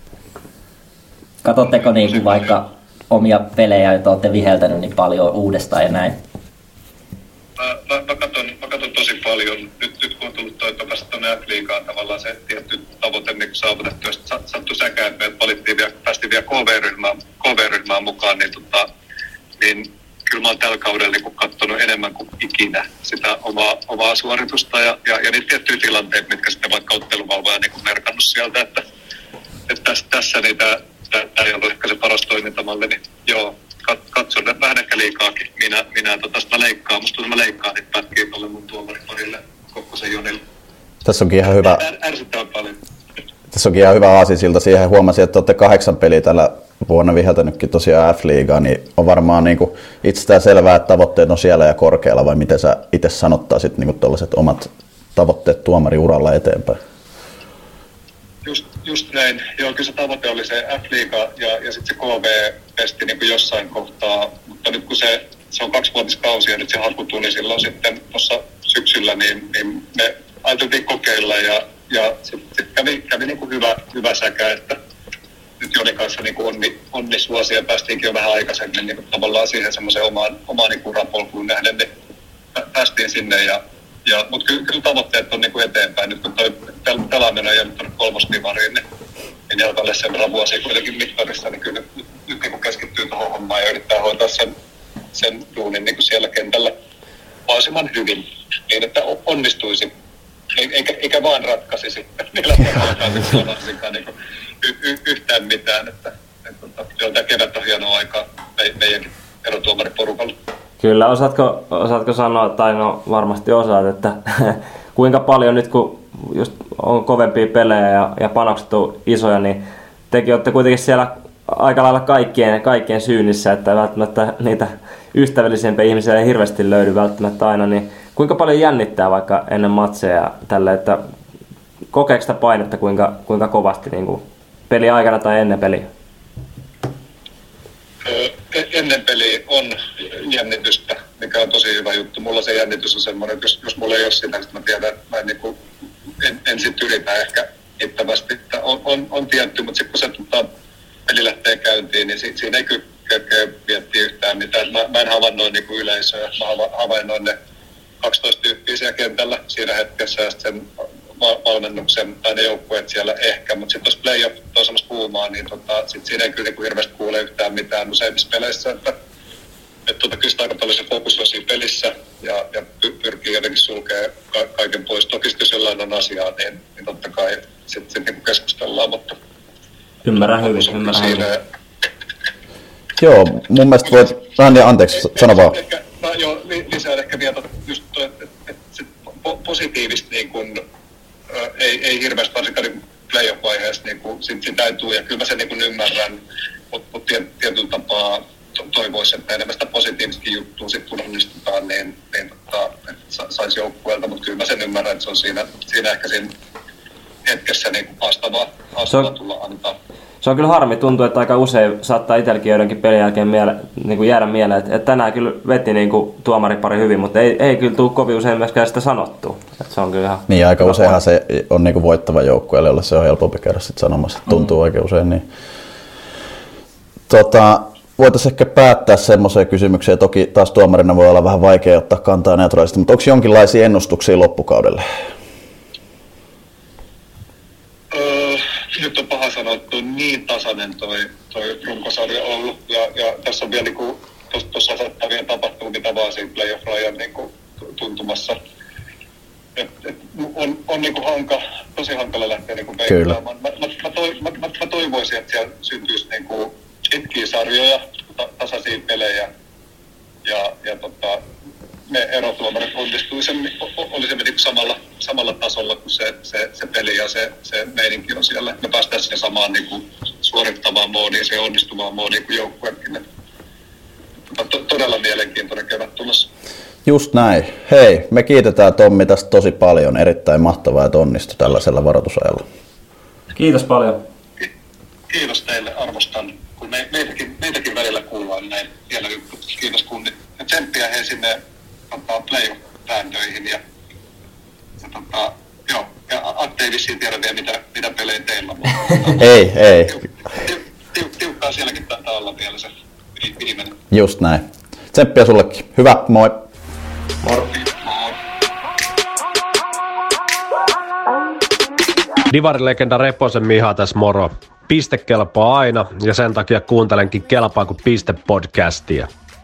Katsotteko niin kuin vaikka omia pelejä, joita olette viheltänyt niin paljon uudestaan ja näin? Mä, mä, mä, katon, mä katon tosi paljon. Nyt, nyt kun on tullut toi tuonne F-liigaan tavallaan se tietty tavoite niin saavutettu, ja sattui säkä, että me valittiin vielä, päästiin vielä K V-ryhmään, K V-ryhmään mukaan, niin, tota, niin kyllä mä oon tällä kaudella niin katsonut enemmän kuin ikinä sitä omaa, omaa suoritusta ja, ja, ja niitä tiettyjä tilanteita, mitkä sitten vaikka otteluvalvoja niin merkannut sieltä, että, että tässä, tässä niin tämä, tämä ei ollut ehkä se paras toimintamalli, niin joo, katson vähän ehkä liikaakin. Minä, minä tota, mä leikkaan, musta tuntuu, mä leikkaan niitä pätkiä tuolle mun tuomariparille, Kokkosen Jonille. Tässä onkin ihan hyvä. Ärsyttävän paljon. Tässä onkin ihan hyvä aasinsilta siihen. Huomasin, että olette kahdeksan peliä tällä vuonna viheltänytkin tosiaan F-liigaa, niin on varmaan niin kuin itsestään selvää, että tavoitteet on siellä ja korkealla, vai miten sä itse sanottaisit niin tuollaiset omat tavoitteet tuomariuralla eteenpäin? Just, just näin. Joo, kyllä se tavoite oli se F-liiga ja, ja sitten se K V-pesti niin kuin jossain kohtaa, mutta nyt kun se, se on kaksivuotiskausi ja nyt se haku tuli silloin sitten tuossa syksyllä, niin, niin me ajateltiin kokeilla ja, ja sitten sit kävi, kävi niin kuin hyvä, hyvä säkä, että nyt Jonin kanssa niin onni, onni suosi ja päästiinkin jo vähän aikaisemmin niin tavallaan siihen semmoiseen omaan, omaan niin urapolkuun nähden, niin päästiin sinne. Ja, ja, mutta kyllä, kyllä tavoitteet on niin kuin eteenpäin. Nyt kun toi pelaaminen on jäänyt tuonne kolmostivariin, niin, niin alkaa olla sen verran vuosia kuitenkin mittarissa, niin kyllä nyt, nyt niin kuin keskittyy tuohon hommaan ja yrittää hoitaa sen, sen duunin niin kuin siellä kentällä mahdollisimman hyvin, niin että onnistuisi. Eikä, eikä vaan ratkaisisi niillä tavallaan niin y- y- yhtään mitään. Että, että, että tämä kevät on hienoa aikaa me, meidänkin erotuomariporukalla. Kyllä, osaatko, osaatko sanoa, tai no varmasti osaat, että kuinka paljon nyt kun just on kovempia pelejä ja, ja panokset on isoja, niin tekin olette kuitenkin siellä aika lailla kaikkien, kaikkien syynissä, että välttämättä niitä ystävällisempiä ihmisiä ei hirveästi löydy välttämättä aina, niin kuinka paljon jännittää vaikka ennen matseja tälle, että kokeeko sitä painetta kuinka, kuinka kovasti niin kuin peli aikana tai ennen peliä? Ennen peliä on jännitystä, mikä on tosi hyvä juttu. Mulla se jännitys on semmoinen, että jos, jos mulla ei ole sitä, niin mä tiedän, että mä en, niin kuin, en, en sit yritä ehkä ittävästi. Että on, on, on tietty, mutta sitten kun se tota, peli lähtee käyntiin, niin si, siinä ei kyllä miettiä yhtään mitään. Mä, mä en havainnoin niin kuin yleisöä, mä havainnoin ne kaksitoista tyyppiä siellä kentällä siinä hetkessä ja sen valmennuksen tai ne joukkueet siellä ehkä, mutta sitten jos playoff on semmoista kuumaa, niin tota, sit siinä ei kyllä niin hirveästi kuule yhtään mitään useimmissa peleissä, että et, tota, kyllä sitä aika paljon se fokus on siinä pelissä ja, ja pyrkii jotenkin sulkea ka- kaiken pois. Toki jos jollain on asiaa, niin, niin totta kai sitten sit, niin keskustellaan, mutta ymmärrän hyvin, ymmärrän hyvin. Joo, mun mielestä voit, vähän niin anteeksi, sano vaan. Ehkä, no, joo, lisään ehkä vielä just tuo, että et, et positiivista niin kun, ä, ei, ei hirveästi varsinkaan niin playoff-vaiheessa niin kun, sit, sitä ei tule, ja kyllä mä sen niin kun ymmärrän, mutta mut tietyllä tapaa to, toivoisin, että enemmän sitä positiivistakin juttua sit kun onnistutaan, niin, niin tota, että saisi joukkueelta, mutta kyllä mä sen ymmärrän, että se on siinä, siinä ehkä siinä hetkessä niin haastavaa, haastavaa tulla antaa. Se on kyllä harmi, tuntuu, että aika usein saattaa itselläkin joidenkin pelin jälkeen miele, niin kuin jäädä mieleen, että, että tänään kyllä veti niin kuin tuomaripari hyvin, mutta ei, ei kyllä tule kovin usein myöskään sitä sanottua. Että se on kyllä ihan niin, aika useinhan se on niin kuin voittava joukkueelle, jolle se on helpompi käydä sit sanomassa, että tuntuu mm. oikein usein niin. Tota, voitaisiin ehkä päättää semmoiseen kysymykseen, toki taas tuomarina voi olla vähän vaikea ottaa kantaa neutraalisesti, mutta onko jonkinlaisia ennustuksia loppukaudelle? Öö, nyt on paha sanoa, että on niin tasainen toi, toi runkosarja ollut. Ja, ja tässä on vielä niinku, tuossa saattaa vielä tapahtua mitä vaan siinä playoff-rajan niinku, tuntumassa. Et, et, on on niinku hanka, tosi hankala lähteä niinku peikkaamaan. Mä, mä, mä, toi, mä, mä, mä toivoisin, että siellä syntyisi niinku pitkiä sarjoja, ta, tasaisia pelejä. Ja, ja tota, me erotuomarit onnistuisimme, olisimme niin samalla, samalla tasolla kuin se, se, se peli ja se, se meininki on siellä. Me päästään siihen samaan niin kuin suorittavaan moodiin, siihen onnistuvaan moodiin kuin joukkuekin. To, todella mielenkiintoinen kevät tulossa. Just näin. Hei, me kiitetään Tommi tästä tosi paljon. Erittäin mahtavaa, että onnistui tällaisella varoitusajalla. Kiitos paljon. Kiitos teille, arvostan. Kun me, meitäkin, meitäkin välillä kuullaan näin hieno juttu. Kiitos kunnit. Ja tsemppiä he sinne tota, playoff-vääntöihin. Ja, ja, tota, joo. ja Atte ei vissiin tiedä vielä, mitä, mitä pelejä teillä on. ei, ei. Tiuk, tiuk, tiuk, tiukkaa sielläkin taitaa olla vielä se viimeinen. Just näin. Tsemppiä sullekin. Hyvä, moi. Moro. Divarilegenda Reposen Miha tässä moro. Piste kelpaa aina ja sen takia kuuntelenkin Kelpaa kuin piste podcastia.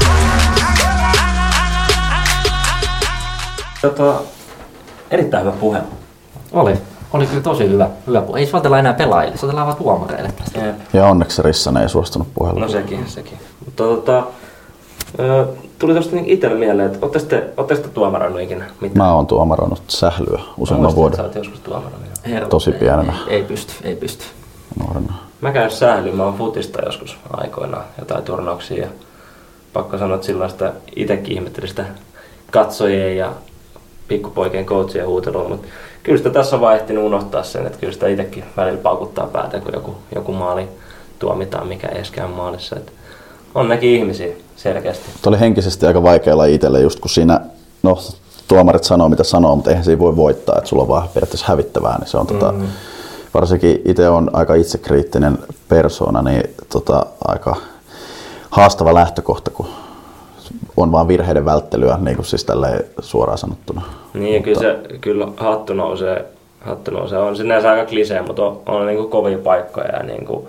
Tota, erittäin hyvä puhe. Oli. Oli kyllä tosi hyvä. hyvä puhe. Ei soitella enää pelaajille, soitellaan vaan tuomareille tästä. Jep. Ja onneksi Rissanen ei suostunut puheluun. No sekin, sekin. Mutta tota, tuli tosta itselle mieleen, että ootte sitten, ootte sitten tuomaroinut ikinä mitään? Mä oon tuomaroinut sählyä useamman vuoden. Sä oot joskus tuomaroinut. Tosi pienenä. Ei, ei pysty, ei pysty. Nuorena. Mä käyn sählyyn, mä oon futista joskus aikoinaan, jotain turnauksia. Ja pakko sanoa, että silloin sitä itekin ihmettelin sitä katsojien ja pikkupoikien coachien huutelua, mutta kyllä sitä tässä on vaan ehtinyt unohtaa sen, että kyllä sitä itekin välillä paukuttaa päätä, kun joku, joku maali tuomitaan, mikä ei eskään maalissa. Et on nekin ihmisiä selkeästi. Tuo oli henkisesti aika vaikea olla itselle, just kun siinä, no tuomarit sanoo mitä sanoo, mutta eihän siinä voi voittaa, että sulla on vaan periaatteessa hävittävää, niin se on mm. tota, varsinkin itse on aika itsekriittinen persoona, niin tota, aika haastava lähtökohta, kun on vaan virheiden välttelyä, niin kuin siis tälleen suoraan sanottuna. Niin, mutta kyllä, se, kyllä hattu nousee, hattu nousee. On sinänsä aika klisee, mutta on, on niin kuin kovia paikkoja ja niin kuin,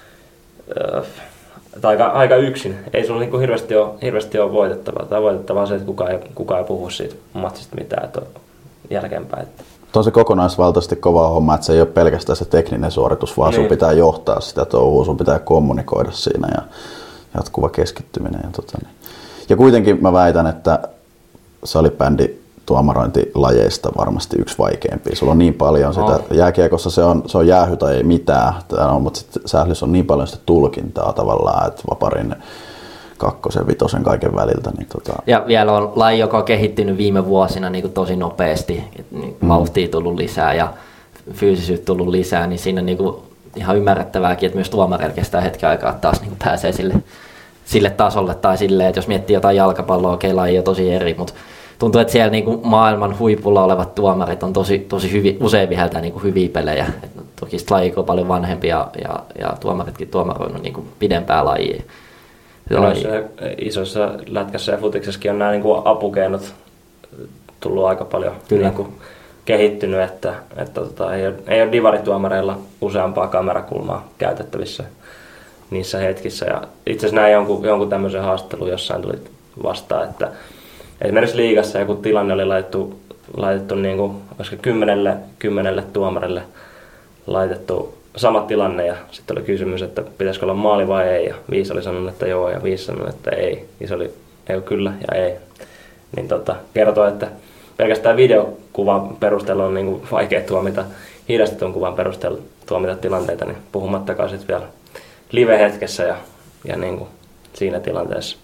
äh, aika, aika yksin. Ei sulla niin kuin hirveästi, ole, hirveästi ole voitettavaa. Tai voitettavaa on se, että kukaan ei, kukaan ei puhu siitä matsista mitään että jälkeenpäin. On se kokonaisvaltaisesti kova homma, että se ei ole pelkästään se tekninen suoritus, vaan niin. Sun pitää johtaa sitä touhua, sun pitää kommunikoida siinä ja jatkuva keskittyminen. Ja, tota, niin. ja kuitenkin mä väitän, että salibändi tuomarointilajeista varmasti yksi vaikeimpia. Sulla on niin paljon sitä, oh. jääkiekossa se on, se on jäähy tai ei mitään, on, mutta sitten sählyssä on niin paljon sitä tulkintaa tavallaan, että vaparin kakkosen, vitosen kaiken väliltä. Niin tota... Ja vielä on laji, joka on kehittynyt viime vuosina niin kuin tosi nopeasti. Niin mm. Vauhtia tullut lisää ja fyysisyyttä tullut lisää, niin siinä on niin kuin ihan ymmärrettävääkin, että myös tuomareilla kestää hetken aikaa, että taas niin kuin pääsee sille, sille tasolle. Tai silleen, että jos miettii jotain jalkapalloa, okei, laji on tosi eri, mutta tuntuu, että siellä niin kuin maailman huipulla olevat tuomarit on tosi, tosi hyvi, usein viheltää niin kuin hyviä pelejä. Et toki lajia on paljon vanhempi ja, ja, ja tuomaritkin tuomaroinut niin kuin pidempää lajia. Noissa isoissa lätkässä ja futiksessakin on nämä niin kuin apukeinot tullut aika paljon niin kuin kehittynyt, että, että tota, ei, ole, ei ole divarituomareilla useampaa kamerakulmaa käytettävissä niissä hetkissä. Ja itse asiassa näin jonkun, jonkun tämmöisen haastattelun jossain tuli vastaan, että esimerkiksi liigassa joku tilanne oli laitettu, laitettu niin kuin, kymmenelle, kymmenelle tuomarille laitettu sama tilanne ja sitten oli kysymys, että pitäisikö olla maali vai ei ja viisi oli sanonut, että joo ja viisi sanonut, että ei. Ja se oli ei kyllä ja ei. Niin tota, kertoo, että pelkästään videokuvan perusteella on niin kuin vaikea tuomita, hidastetun kuvan perusteella tuomita tilanteita, niin puhumattakaan sitten vielä live-hetkessä ja, ja niin kuin siinä tilanteessa.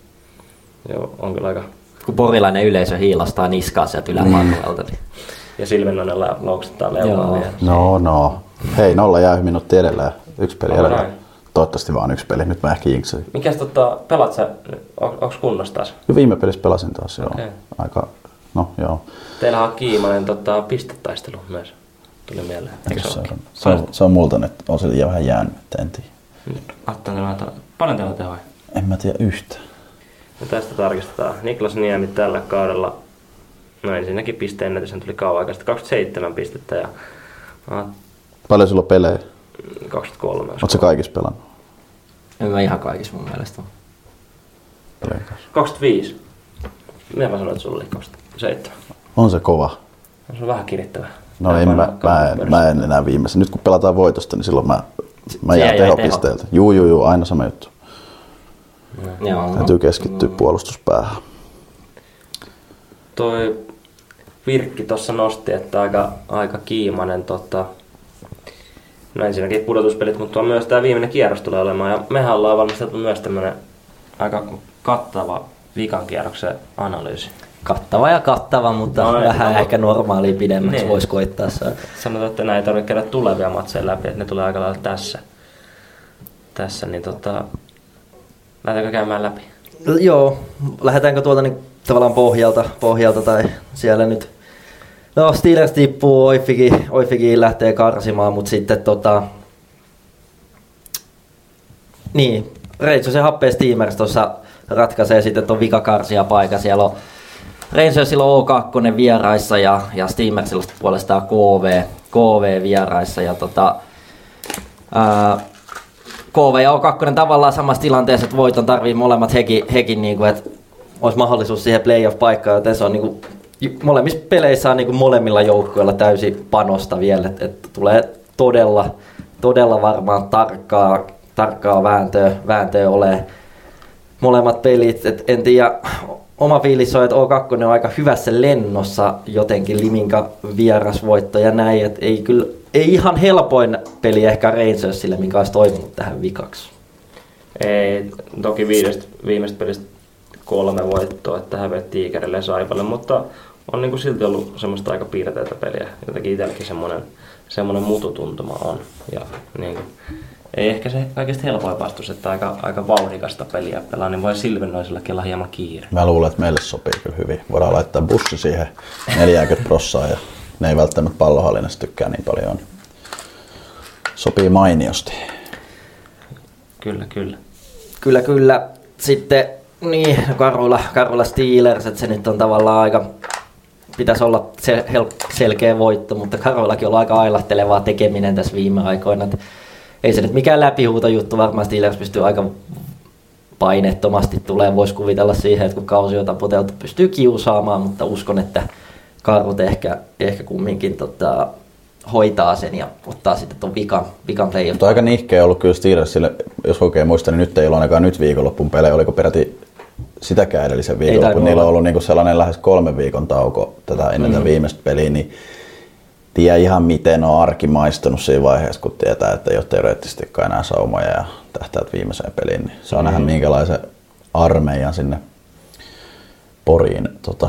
Joo, on kyllä aika... Kun porilainen yleisö hiilastaa niskaa sieltä yläpalloilta. Niin. Ja silminnonnella louksettaa leuvaa vielä. No, no. Hei, nolla jää minuutti edelleen. Yksi peli edelleen. Toivottavasti vaan yksi peli. Nyt mä ehkä jinksasin. Mikäs tota, pelat sä? On, onks kunnossa taas? Jo viime pelissä pelasin taas, joo. Okay. Aika, no joo. Teillähän on kiimainen tota, pistetaistelu myös. Tuli mieleen. Se, se, on, se, on, se on multa nyt. On se liian vähän jäänyt, en tiedä. Paljon teillä on tehoja? En mä tiedä yhtään. Ja tästä tarkistetaan. Niklas Niemi tällä kaudella, no ensinnäkin pisteennätys tuli kauan aikaista, kaksikymmentäseitsemän pistettä. Ja, no, paljon sulla on pelejä? kaksikymmentäkolme. Oletko sä kaikissa pelannut? En mä ihan kaikissa mun mielestä. kaksikymmentäviisi. Mitä mä sanoin, että sulla oli kaksikymmentäseitsemän? On se kova. Se on vähän kirittävä. No en, mä, mä, en, mä en enää viimeisen. Nyt kun pelataan voitosta, niin silloin mä, mä jään tehopisteeltä. Juu, juu, juu, aina sama juttu. No. Joo. Täytyy keskittyä no. puolustuspäähän. Toi Virkki tuossa nosti, että aika, aika kiimainen tota, no ensinnäkin pudotuspelit, mutta on myös tää viimeinen kierros tulee olemaan. Ja mehän ollaan valmisteltu myös tämmönen aika kattava vikan kierroksen analyysi. Kattava ja kattava, mutta no, vähän no, ehkä normaalia pidemmäksi niin. Voisi koittaa saada. Sanotaan, että näin ei tarvitse käydä tulevia matseja läpi, että ne tulee aika lailla tässä. Tässä, niin tota, lähdetäänkö käymään läpi? Joo, lähdetäänkö tuolta niin tavallaan pohjalta, pohjalta tai siellä nyt. No Steelers tippuu, Oifikin, Oifikin lähtee karsimaan, mutta sitten tota... Niin, Reitsosen happea Steamers tuossa ratkaisee sitten tuon vikakarsia paikan. Siellä on Rangersilla on O kaksi vieraissa ja, ja Steamersilla puolestaan K V, K V vieraissa. Ja tota, ää, K V ja O kaksi tavallaan samassa tilanteessa, että voiton tarvii molemmat hekin, hekin niin kuin, että olisi mahdollisuus siihen playoff-paikkaan, joten se on niin kuin, molemmissa peleissä on niin kuin molemmilla joukkueilla täysi panosta vielä, että, että tulee todella, todella varmaan tarkkaa, tarkkaa vääntöä, vääntöä ole molemmat pelit, et en tiedä, oma fiilis on, että O kaksi on aika hyvässä lennossa jotenkin Liminka vierasvoitto ja näin, että ei kyllä, ei ihan helpoin peli ehkä Rangersille, mikä olisi toiminut tähän vikaksi. Ei, toki viidestä, viimeistä pelistä kolme voittoa, että häveet Tiikerille ja Saipalle, mutta on niin kuin silti ollut semmoista aika piirteitä peliä. Jotenkin itselläkin semmoinen, semmoinen mututuntuma on. Ja niin kuin, ei ehkä se kaikista helpoin vastus, että aika, aika vauhdikasta peliä pelaa, niin voi Silvenoisillakin olla hieman kiire. Mä luulen, että meille sopii kyllä hyvin. Voidaan laittaa bussi siihen neljäkymmentä prossaa ja ne ei välttämättä pallohallinnasta tykkää niin paljon. Sopii mainiosti. Kyllä, kyllä. Kyllä, kyllä. Sitten niin, Karula, Karula Steelers, että se nyt on tavallaan aika, pitäisi olla sel, hel, selkeä voitto, mutta Karulakin on aika ailahtelevaa tekeminen tässä viime aikoina. Että ei se nyt mikään läpihuutojuttu, varmaan Steelers pystyy aika painettomasti tulee, voisi kuvitella siihen, että kun kausi on taputeltu, pystyy kiusaamaan, mutta uskon, että Karut ehkä, ehkä kumminkin tota, hoitaa sen ja ottaa sitten tuon vikan, vikan playoff. Mutta aika nihkeä ollut kyllä Steelersille, jos oikein muistan, niin nyt ei ole ainakaan nyt viikonloppun pelejä, oliko peräti sitäkään edellisen viikonloppun. Niillä on ollut niinku sellainen lähes kolmen viikon tauko tätä ennen mm-hmm. viimeistä peliä, niin tiedä ihan miten on arki maistunut siinä vaiheessa, kun tietää, että ei ole teoreettisestikaan enää saumoja ja tähtäät viimeiseen peliin. Niin saa mm-hmm. nähdä minkälaisen armeijan sinne Poriin tota,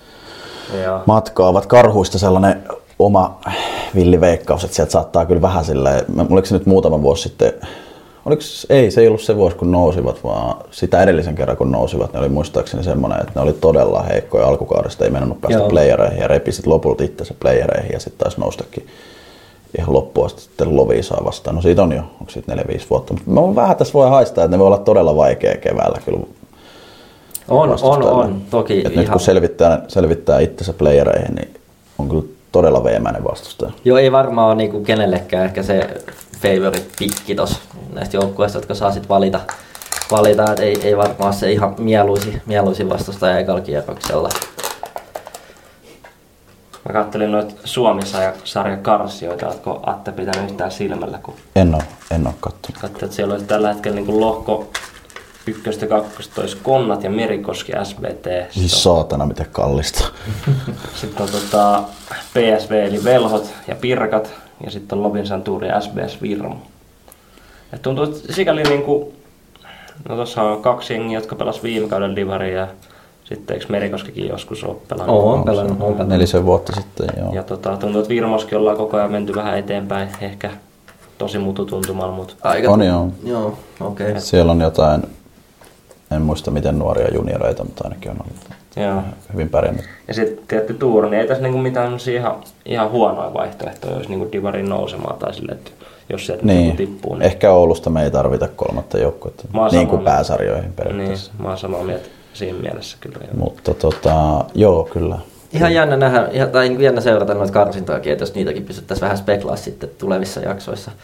matkaavat. Karhuista sellainen oma villiveikkaus, että sieltä saattaa kyllä vähän silleen, oliko se nyt muutama vuosi sitten, oliko, ei se ei ollut se vuosi kun nousivat, vaan sitä edellisen kerran kun nousivat, ne oli muistaakseni semmoinen, että ne oli todella heikkoja alkukaudesta, ei mennyt päästä Joo. playereihin ja repi sitten lopulta itse playereihin ja sitten taisi noustakin ihan loppuun sitten Loviisaa vastaan. No siitä on jo, onko siitä neljä viisi vuotta, mutta mä vähän tässä voi haistaa, että ne voi olla todella vaikea keväällä kyllä. On, on, on, toki. Ihan. Nyt kun selvittää, selvittää itsensä playereihin, niin on kyllä todella veemäinen vastustaja. Joo, ei varmaan ole niinku kenellekään ehkä se favorite pikki tossa näistä joukkueista, jotka saa sit valita, valita että ei, ei varmaan se ihan mieluisi, mieluisi vastustaja ekalla kierroksella. Mä kattelin noita Suomi-sarjan karsioita, ootko Atte pitänyt yhtään silmällä? Kun en oo, en oo kattonut. Katsoin, että siellä olisi tällä hetkellä niinku lohko ykköstä ja kakkosta olisi Konnat ja Merikoski S B T. Siis saatana miten kallista. Sitten on tota P S V eli Velhot ja Pirkat ja sitten on Lopinsan Tuuri ja S B S Virmo. Et tuntuu, että sikäli niinku, no tossa on kaksi jengiä, jotka pelas viime kauden divaria ja sitten eikö Merikoskikin joskus ole pelannut? Oo, on pelannut. On pelannut. Nelisen vuotta sitten, joo. Ja tota, tuntuu, että Virmoskin ollaan koko ajan menty vähän eteenpäin, ehkä tosi mututuntumalla, mutta aika on joo. Joo, okei. Okay. Siellä on jotain, en muista miten nuoria junioreita, mutta ainakin on ollut hyvin pärjännyt. Ja sitten tietty Tuuri, niin ei tässä niinku mitään ihan, ihan huonoja vaihtoehtoja, jos niinku divarin nousemaan tai sille, että jos sieltä niin, tippuu. Niin ehkä Oulusta me ei tarvita kolmatta joukkuetta, niin kuin pääsarjoihin periaatteessa. Niin, mä oon samaa mieltä siinä mielessä kyllä. Joo. Mutta tota, joo kyllä. Ihan jännä nähdä, tai jännä seurata noita karsintojakin, että jos niitäkin pystyttäisiin vähän speklaa sitten tulevissa jaksoissa.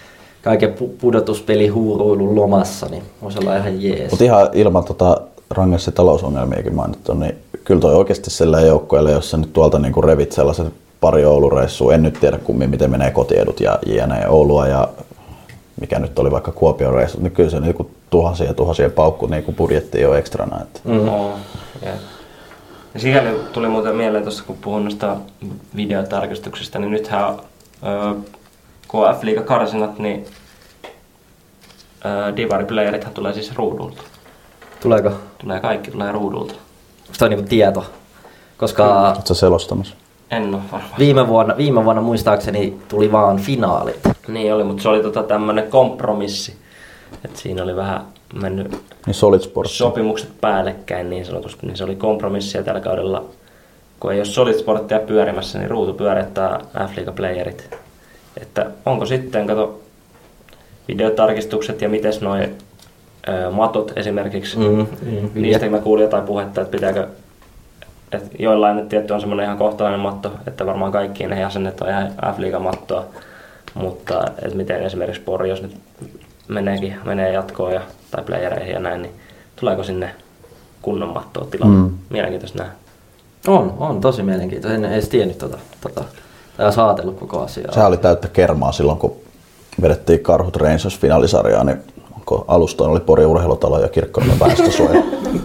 kaiken pu- pudotuspelihuuruilun lomassa, niin voisi olla ihan jees. Mutta ihan ilman tota Rangerssin talousongelmiakin mainittu, niin kyllä toi oikeasti sellainen joukkueelle, jossa nyt tuolta niinku revit sellaiset pari Oulureissua, en nyt tiedä kummin miten menee kotiedut ja jne. Oulua ja mikä nyt oli vaikka Kuopion reissut, niin kyllä se niinku tuhansia ja tuhansia paukku niinku budjettiin on ekstrana. Että. Mm. Oh, yeah. Ja sikäli tuli muuten mieleen tuossa, kun puhun noista videotarkistuksista, niin nythän kun on F-liiga karsinat, niin Divari-playerithan tulee siis ruudulta. Tuleeko? Tulee kaikki, tulee ruudulta. Onko toi niinku tieto? Koska olet sä selostamassa? En ole varmaan. Viime vuonna, viime vuonna muistaakseni tuli vaan finaalit. Niin oli, mutta se oli tota tämmönen kompromissi. Et siinä oli vähän mennyt niin Solid Sport. Sopimukset päällekkäin niin sanotusti, niin se oli kompromissi ja tällä kaudella, kun ei ole Solid Sporttia pyörimässä, niin ruutu pyörittää F-liiga-playerit. Että onko sitten, kato, videotarkistukset ja mites noi ö, matot esimerkiksi, mm, mm, niistä mä kuulin jotain puhetta, että pitääkö, että joillain nyt tietty on semmoinen ihan kohtalainen matto, että varmaan kaikkiin ne jäsenet on ihan F-liiga-mattoa, mutta että miten esimerkiksi Pori, jos nyt meneekin, menee jatkoon ja, tai playereihin ja näin, niin tuleeko sinne kunnon mattoa tilalle? Mm. Mielenkiintoista nähdä. On, on tosi mielenkiintoista. En edes tiennyt tota, tota tai olisi ajatellut koko asiaa. Sehän oli täyttä kermaa silloin, kun vedettiin Karhut Rangers finaalisarjaa, niin kun alustoon oli Porin urheilutalo ja Kirkkoniemen väestösuoja.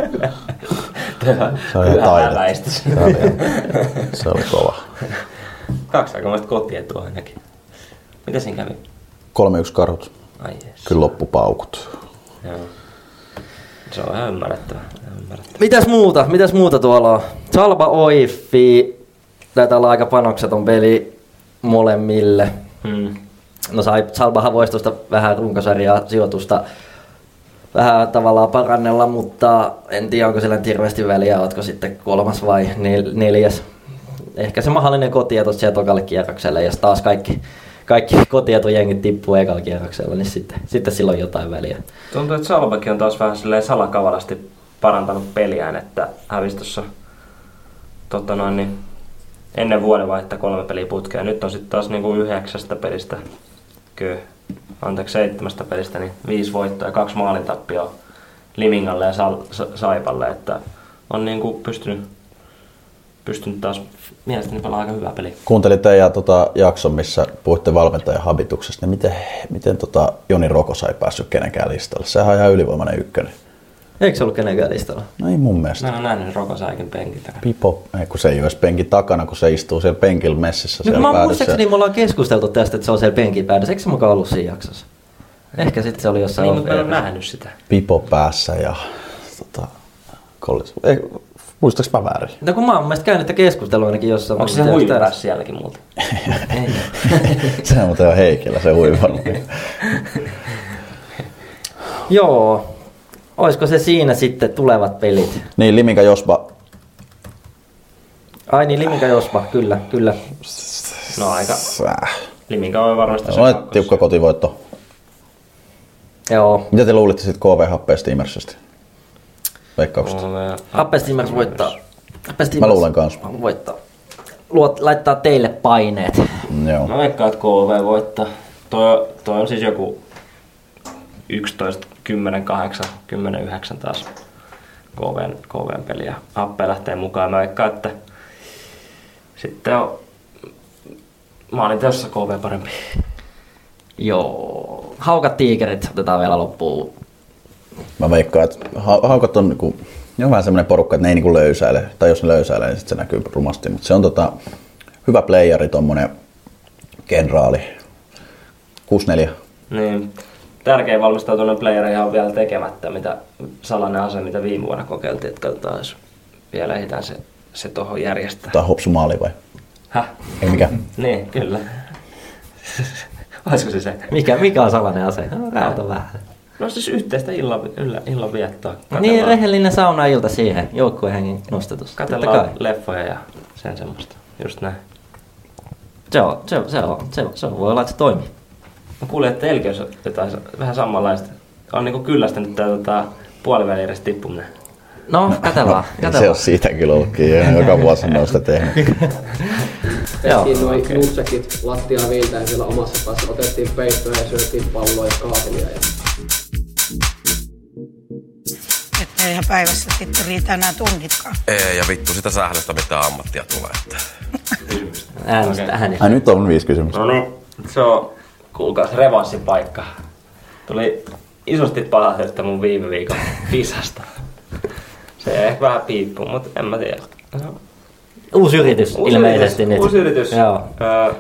Se oli ihan taidetta. Se oli kova. Kaksi aikamoista kotietua ainakin. Mitä siinä kävi? kolme yksi Karhut. Ai jees. Kyllä loppupaukut. Joo. Se on ihan ymmärrettävä. ymmärrettävä. Mitäs muuta? Mitäs muuta tuolla on? Salba Oiffi. Taitaa olla aika panokseton peli molemmille. Hmm. No Salbahan voisi tuosta vähän runkosarjaa sijoitusta vähän tavallaan parannella, mutta en tiedä onko siellä hirveästi väliä, ootko sitten kolmas vai nel- neljäs. Ehkä se mahdollinen kotieto siellä tokalle kierrokselle, jos taas kaikki, kaikki kotietujengit tippuu ekalla kierroksella, niin sitten, sitten silloin jotain väliä. Tuntuu, että Salbakin on taas vähän salakavalasti parantanut peliään, että hävisi tuossa tota noin, niin ennen vuodenvaihetta kolme peliä putkea. Nyt on sitten taas niinku yhdeksästä pelistä, kyllä, anteeksi seitsemästä pelistä, niin viisi voittoa ja kaksi maalintappioa Limingalle ja Saipalle, että on niinku pystynyt, pystynyt taas mielestäni pelaa aika hyvä peli. Kuuntelin teidän tota, jakson, missä puhuitte valmentajan habituksesta, niin miten, miten tota, Joni Rokosa ei päässyt kenenkään listalle? Sehän on ihan ylivoimainen ykkönen. Eikö se ollut kenenkään listalla? No ei mun mielestä. Mä en ole nähnyt Rokosaikin penkin takana. Pipo, ei kun se ei ole edes penkin takana, kun se istuu siellä penkillä messissä. No, mä muistaakseni me ollaan keskusteltu tästä, että se on siellä penkin päädyssä. Eikö se mukaan ollut siinä jaksossa? Ehkä sitten se oli jossain. Niin, mutta mä en ole nähnyt sitä. Pipo päässä ja tota, kollis. Ei, muistaaks mä väärin? No kun mä oon mun mielestä käynyt keskustelua ainakin jossain. Onko se huivipäässä sielläkin multa? Se on muuten jo Heikillä se huivannut. Joo. Olisiko se siinä sitten tulevat pelit? Niin, Liminka Jospa. Ai niin, Liminka Jospa, kyllä, kyllä. No aika. Liminka on varmasti se kakkos. Tiukka kotivoitto. Joo. Mitä te luulitte sitten K V Happea Steamersista? Veikkauksesta. Happea Steamers voittaa. Mä luulen kans. Voittaa. Luot, laittaa teille paineet. Joo. Mä veikkaan, että K V voittaa. Toi, toi on siis joku yksitoista, kymmenen, kahdeksan, kymmenen, yhdeksän taas K V:n, K V:n peli ja Happe lähtee mukaan. Mä veikkaan, että sitten on maalinteossa K V parempi. Joo. Haukat Tiikerit otetaan vielä loppuun. Mä veikkaan, että ha- haukat on, niinku, ne on vähän semmoinen porukka, että ne ei niinku löysäile. Tai jos ne löysäilee, niin sit se näkyy rumasti. Mutta se on tota, hyvä playeri, tommonen kenraali. kuusi neljä. Niin. Tärkein valmistautunut playereja on vielä tekemättä, mitä salainen ase, mitä viime vuonna kokeiltiin, että katsotaan, jos vielä ehditään se, se tuohon järjestää. Tää on hopsu maali vai? Häh? Ei mikään. Niin, kyllä. Olisiko se se? Mikä, mikä on salainen ase? No, kautta vähän. No siis yhteistä illan, illan viettoa. Niin, rehellinen saunailta siihen, joukkuehengen nostetus. Katsellaan leffoja ja sen semmoista, just näin. Se on, se on, se on, se on, se on. Voi olla, että se toimii. Mä kuulin, että Elki olisi jotain vähän samanlaista. On niinku kyllästänyt tää tota, puoliväli edes tippuminen. No, katsellaan. No, se on siitä kyllä ollutkin. Joka vuosi on sitä tehnyt. Tehtiin noin okay. nutsekit lattiaa viiltäen siellä omassa päässä. Otettiin peittoja ja syötiin palloa ja kahvia. Ja... Että eihän päivässä sitten riitä enää tunnitkaan. Ei, ja vittu sitä sählöstä mitä ammattia tulee. Äänestä okay. äänestä. Ai nyt on viisi kysymystä. No niin, se on kuulkaas revanssipaikka. Tuli isosti palautetta mun viime viikon Pisasta. Se ehkä vähän piippuu, mutta en mä tiedä. Uusi yritys uusi ilmeisesti yritys, nyt. Uusi yritys. Joo. Öö,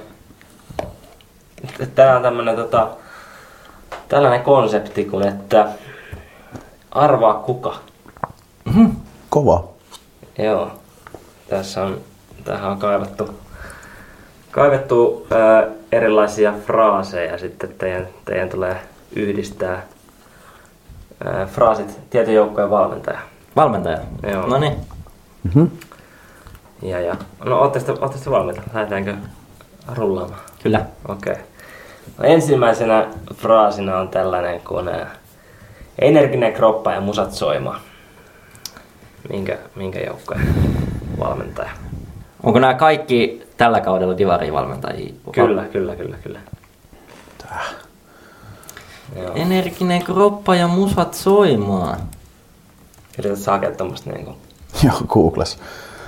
tää on tämmönen tota, tällainen konsepti kuin, että arvaa kuka. Mm-hmm. Kova. Joo. Tässä on, tähän on kaivattu, kaivettu öö, erilaisia fraaseja. Sitten teidän, teidän tulee yhdistää öö, fraasit tietyn joukkojen valmentaja. Valmentaja? Joo. No niin. Mm-hmm. Ja, ja. No ootteko te valmiita? Lähdetäänkö rullaamaan? Kyllä. Okei. Okay. No, ensimmäisenä fraasina on tällainen kuin ää, energinen kroppa ja musat soimaan. Minkä, minkä joukkojen valmentaja? Onko nämä kaikki tällä kaudella Divarin valmentajia? Kyllä, kyllä, kyllä, kyllä. Tää. Joo. Energinen kroppa ja musat soimaan. Yrität hakea tommoista niinku... Joo, Googles.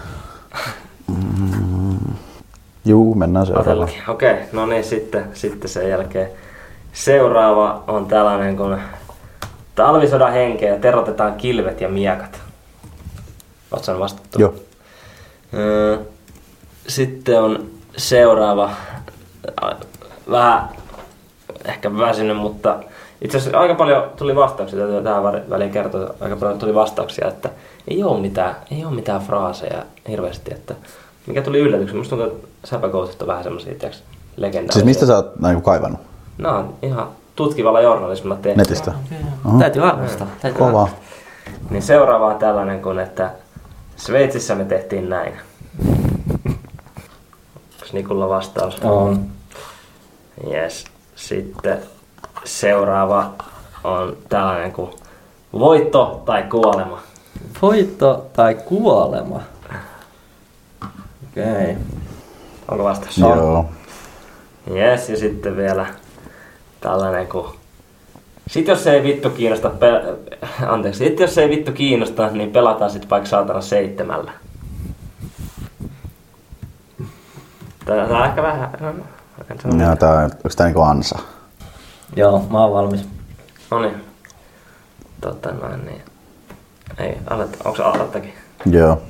Mm. Juu, mennään seuraavaan. Okei, okay, no niin, sitten, sitten sen jälkeen. Seuraava on tällainen kuin talvisodan henkeä, terotetaan kilvet ja miekat. Ootko sä vastattu? Joo. Sitten on seuraava, vähän ehkä väsynyt, mutta itse asiassa aika paljon tuli vastauksia, täytyy tähän väliin kertoa, aika paljon tuli vastauksia, että ei ole mitään, ei ole mitään fraaseja hirveästi, että mikä tuli yllätyksen. Musta tuntuu, että säpäkoutit on vähän semmosia, tiiäks, legendaarisia. Siis mistä sä oot näin kaivannut? No, ihan tutkivalla journalismilla tehty. Netistä? Okay. Täytyy arvostaa. Kova. Niin seuraava on tällainen kuin, että Sveitsissä me tehtiin näin. Onks Nikulla vastaus? On. Yes. Sitten seuraava on tällainen kuin voitto tai kuolema. Voitto tai kuolema? Okei. Okay. Onko vastaus? Joo. Yes, ja sitten vielä tällainen kuin... Sitten jos se ei vittu kiinnosta, pe- anteeksi, sitten jos se ei vittu kiinnosta, niin pelataan sit vaikka saatana seitsemällä. Tää on ehkä vähän... Joo, tää on, onks tää niinku ansa? Joo, mä oon valmis. Noniin. Tota noin niin. Ei, aloita. Onko se aloittakin? Joo.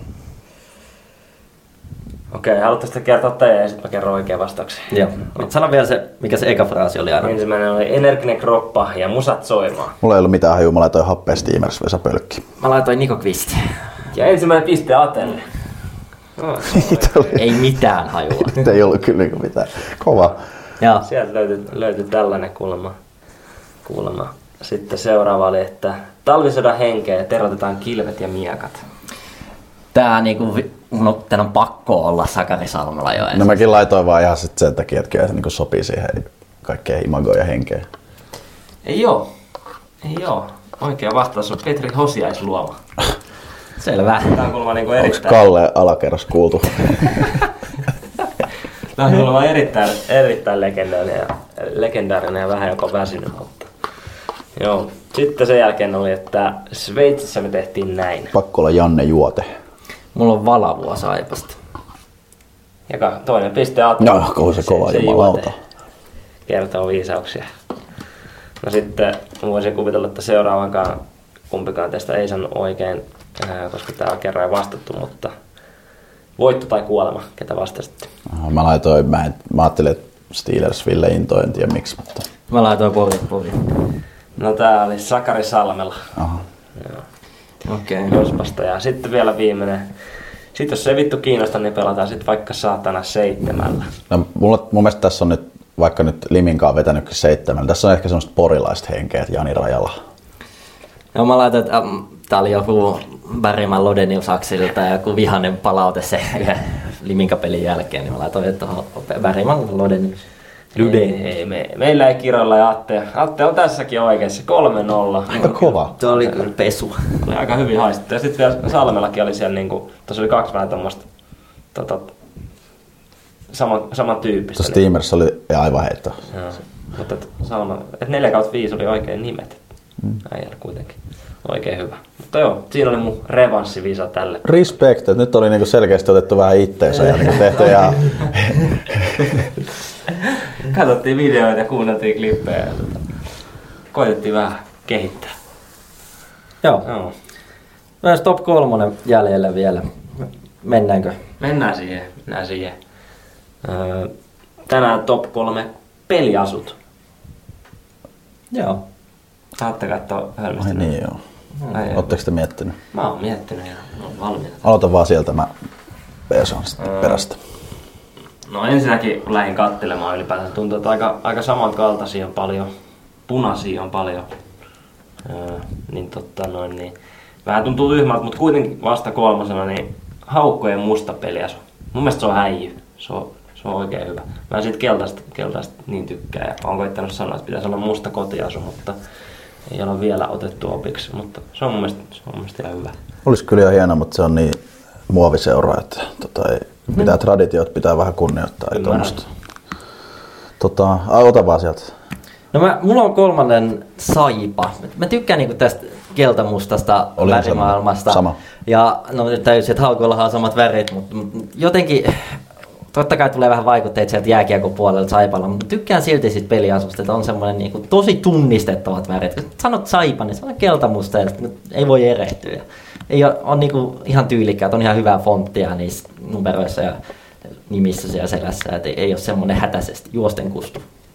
Okei, okay, haluatko sitten kertoa teidän ja sitten mä kerron oikean vastauksen? Joo. Sano vielä se, mikä se eka fraasi oli aina. Ensimmäinen oli energinen kroppa ja musat soimaan. Mulla ei ollut mitään hajua, mä laitoin happea Steamers Vesa Pölkki. Mä laitoin Niko Kvist. Ja ensimmäinen piste Atelle. No, ei mitään hajua. Nyt ei ollut kyllä mitään. Kova. Joo. Sieltä löytyi, löytyi tällainen kuulemma. kuulemma. Sitten seuraava oli, että talvisodan henkeä terotetaan kilvet ja miekat. Tää niinku, no, tän on pakko olla Sakari Salmela jo. No mäkin laitoin vaan ihan sit sen takia, että se niinku sopii siihen kaikkeen imagoon ja henkeen. Ei oo. Ei oo. Oikea vastaus on Petri Hosiaisluoma. Selvä. Tää on kuulemma niinku erittäin... Onks Kalle alakerros kuultu? Tää on kuulemma erittäin, erittäin legendaarinen ja, legendaarinen ja vähän jopa väsynyt, mutta... Joo. Sitten sen jälkeen oli, että Sveitsissä me tehtiin näin. Pakko olla Janne Juote. Mulla on Valavua Saipasta. Ja toinen piste Atelle. No, kun se kova jumalauta. Kertoo viisauksia. No sitten voisin kuvitella, että seuraavankaan kumpikaan tästä ei sanonut oikein, koska tää on kerran vastattu, mutta voitto tai kuolema, ketä vastasitte? Mä laitoin, mä, en, mä ajattelin, että Steelers Ville Into, en tiedä miksi, mutta... Mä laitoin Pori Pori. No tää oli Sakari Salmela. Aha. Okei. Okay. Jospasta. Ja sitten vielä viimeinen. Sitten jos se ei vittu kiinnosta, niin pelataan sitten vaikka saatana seitsemällä. No, mulla, mun mielestä tässä on nyt, vaikka nyt Liminkaan vetänyt seitsemällä, tässä on ehkä semmoista porilaista henkeä, että Jani Rajala. No mä laitan, että ähm, tää oli joku Bergman Lodenius-akselilta ja joku vihainen palaute se Liminka-pelin jälkeen, niin mä laitoin, että Bergman Lodenius. Ei, ei, me, meillä ei kiroilla ja Atte, Atte on tässäkin oikeassa, kolme nolla. Aika kova. Se oli kyllä pesu. Oli aika hyvin haistettu. Ja sitten vielä Salmellakin oli siellä, niinku, tuossa oli kaksi vähän tommoista tota, sama, sama tyyppistä. Tuossa Steamers oli aivan heitto. Joo. Mutta et, sauna, et neljä kautta viisi oli oikein nimet. Mm. Äijällä kuitenkin. Oikein hyvä. Mutta joo, siinä oli mun revanssivisa tälle. Respect, että nyt oli niinku selkeästi otettu vähän itteensä ja niinku tehty ja... Katsottiin videoita ja kuunneltiin klippejä ja tota, koitettiin vähän kehittää. Joo. Joo. Myös top kolmonen jäljellä vielä. Mennäänkö? Mennään siihen. Mennään siihen. Öö, tänään top kolme peliasut. Joo. Saatte katsoa hölmästä. Ai niin joo. Oletteko te miettinyt? Mä oon miettinyt ja oon valmiina. Aloita vaan sieltä, mä peesaan sitten öö, perästä. No ensinnäkin kun lähdin katselemaan ylipäätään, tuntuu, että aika, aika samankaltaisia on paljon. Punaisia on paljon. Öö, niin totta noin niin. Vähän tuntuu tyhmältä, mutta kuitenkin vasta kolmosena niin haukkojen musta peliasu. Mun mielestä se on häijy. Se on, se on oikein hyvä. Mä siitä keltaista, keltaista niin tykkään ja oon koittanut sanoa, että pitäisi olla musta kotiasu, mutta ei ole vielä otettu opiksi. Mutta se on mun mielestä, se on mun mielestä ihan hyvä. Olisi kyllä ihan hienoa, mutta se on niin muoviseura, että tota, ei, pitää hmm. traditiot pitää vähän kunnioittaa. Ei tota, ota vaan sieltä. No mä, mulla on kolmannen Saipa. Mä tykkään niinku tästä keltamustasta värimaailmasta. Sama. Ja no nyt täysin, että haukoillahan on samat värit, mutta jotenkin totta kai tulee vähän vaikutteita sieltä jääkiekkopuolelta Saipalla, mutta tykkään silti siitä peliasusta, että on semmoinen niinku tosi tunnistettavat värit. Kun sanot Saipa, niin se on keltamusta ja ei voi erehtyä. Ei ole, on niinku ihan tyylikkäät, on ihan hyvää fonttia niissä numeroissa ja nimissä siellä selässä, että ei, ei ole semmoinen hätäisesti juosten kustu.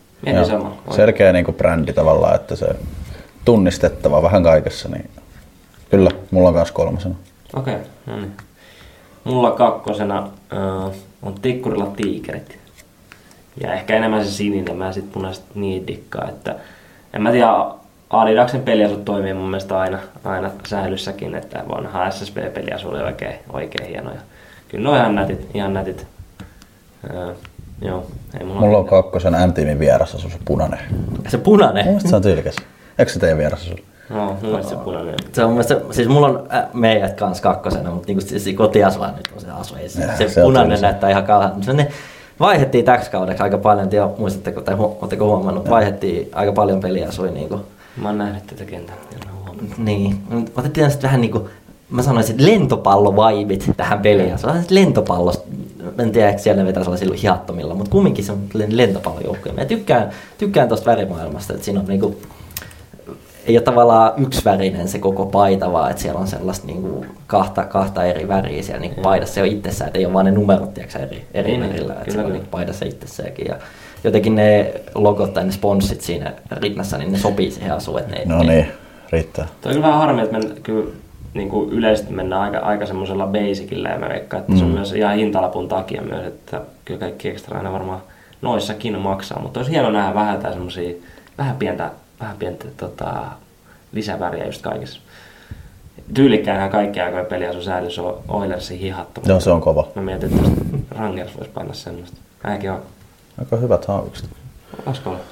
Selkeä niinku brändi tavallaan, että se tunnistettava vähän kaikessa, niin kyllä, mulla on kans kolmosena. Okei, okay, no niin. Mulla kakkosena äh, on Tikkurilla tiikerit. Ja ehkä enemmän se sininen, mä sit punaiset niin dikkaa, että en mä tiedä, Adidaksen peliasut toimii mun mielestä aina, aina säilyssäkin, että vanha S S B-peliasu oli oikein, oikein hieno. Ja kyllä ne on ihan nätit, ihan nätit. Äh, joo, ei mulla, mulla on kakkosena M-tiimin vierasasu, se punainen. Se punainen? Mun mielestä se on tyylikäs. Eikö se teidän vierasasu? No, mun mielestä se punainen. Se on mielestä, siis mulla on äh, meidät kans kakkosena, mutta niinku siis kotiasua nyt on se asu. Ei, se, ja, se, se punainen näyttää ihan kauhean. Ne vaihdettiin täksi kaudeksi aika paljon, tiedä, muistatteko tai oletteko huomannut, vaihdettiin aika paljon peliasuja. Niinku. Mä oon nähnyt tätä kentää. Niin, otettiin sitten vähän niinku, mä sanoisin lentopallovaibit tähän peliin. Se on lentopallosta, en tiedä, eikö siellä vetää sellaisilla hiattomilla, mutta kumminkin se on lentopallojoukkoja. Mä tykkään, tykkään tosta värimaailmasta, että siinä on niinku, ei ole tavallaan yksivärinen se koko paita, vaan että siellä on sellaista niinku kahta, kahta eri väriä siellä niinku paidassa. Se on itsessään, että ei ole vaan ne numerot tiiäksä, eri, eri niin, värillä, että se on niinku paidassa itsessäänkin. Ja jotenkin ne logot tai ne sponssit siinä rinnassa, niin ne sopii siihen asuun. Ne, no ne, niin, riittää. Toi on kyllä vähän harmi, että me kyllä niin kuin yleisesti mennään aika, aika semmoisella basicilla ja mä veikkaan, että mm. se on myös ihan hintalapun takia myös, että kyllä kaikki ekstra aina varmaan noissakin maksaa, mutta olisi hieno nähdä vähän tää semmosia, vähän pientä, vähän pientä tota, lisäväriä just kaikessa. Tyylikkäänhän kaikki aikojen peliasu säily, se on Oilersin hihattu. Joo, se on kova. Mä mietin, että Rangers voisi panna semmoista. Äikin on. Aika hyvät haukset. Olisiko olla?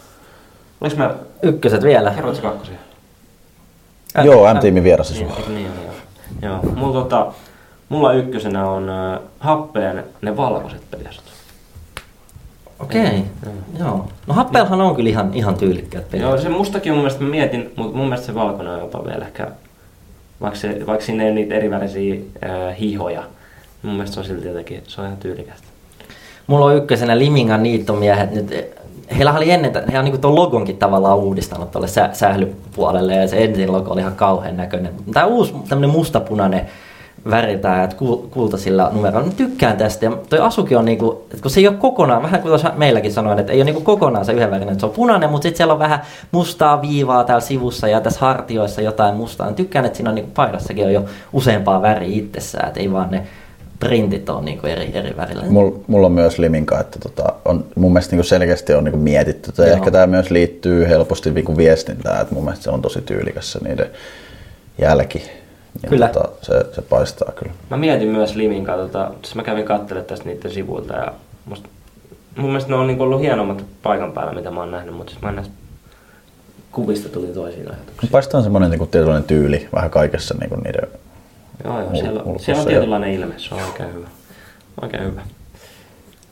Olis mä... Ykköset vielä. Kerroitko kakkosia? Ä, joo, M-tiimin vieressä niin, niin, niin, joo. Joo. Mulla, tota, mulla ykkösenä on äh, happeen ne valkoiset peliasut. Okei, okay. mm. Joo. No happeelhan on kyllä ihan, ihan tyylikkäät peliasut. Joo, se mustakin mun mielestä mä mietin, mutta mun mielestä se valkoinen on jopa vielä ehkä, vaikka, se, vaikka siinä ei ole niitä erivärisiä äh, hihoja, mun mielestä se on silti jotenkin, se on ihan tyylikästä. Mulla on ykkösenä Limingan niittomiehet nyt. Heillä oli ennen, he on niinku tuon logonkin tavallaan uudistanut tuolle sä, sählypuolelle ja se ensin logo oli ihan kauhean näköinen. Tämä uusi tämmönen mustapunainen väri tää kultaisilla numeroilla, mä tykkään tästä ja toi asukin on niinku, että kun se ei ole kokonaan, vähän kuin tuossa meilläkin sanoin, että ei ole niinku kokonaan se yhdenvärinen, että se on punainen, mutta sitten siellä on vähän mustaa viivaa täällä sivussa ja tässä hartioissa jotain mustaa. Mä tykkään, että siinä on niinku paidassakin on jo useampaa väriä itsessään, että ei vaan ne printit on niinku eri, eri värillä. Mulla mul on myös Liminka, että tota, on, mun mielestä niinku selkeästi on niinku mietitty. Ja ehkä tämä myös liittyy helposti niinku viestintään, että mun mielestä se on tosi tyylikäs se niiden jälki. Ja kyllä. Tota, se, se paistaa kyllä. Mä mietin myös Liminkaa, tota, siis mä kävin katselemaan tästä niiden sivuilta ja musta, mun mielestä ne on niinku ollut hienommat paikan päällä, mitä mä oon nähnyt, mutta siis mä näistä kuvista tuli toisiin ajatuksia. Paistaa semmoinen niinku tietynlainen tyyli vähän kaikessa niinku niiden. Joo, joo, siellä, siellä on tietynlainen ilme, se on oikein hyvä. Oikein hyvä.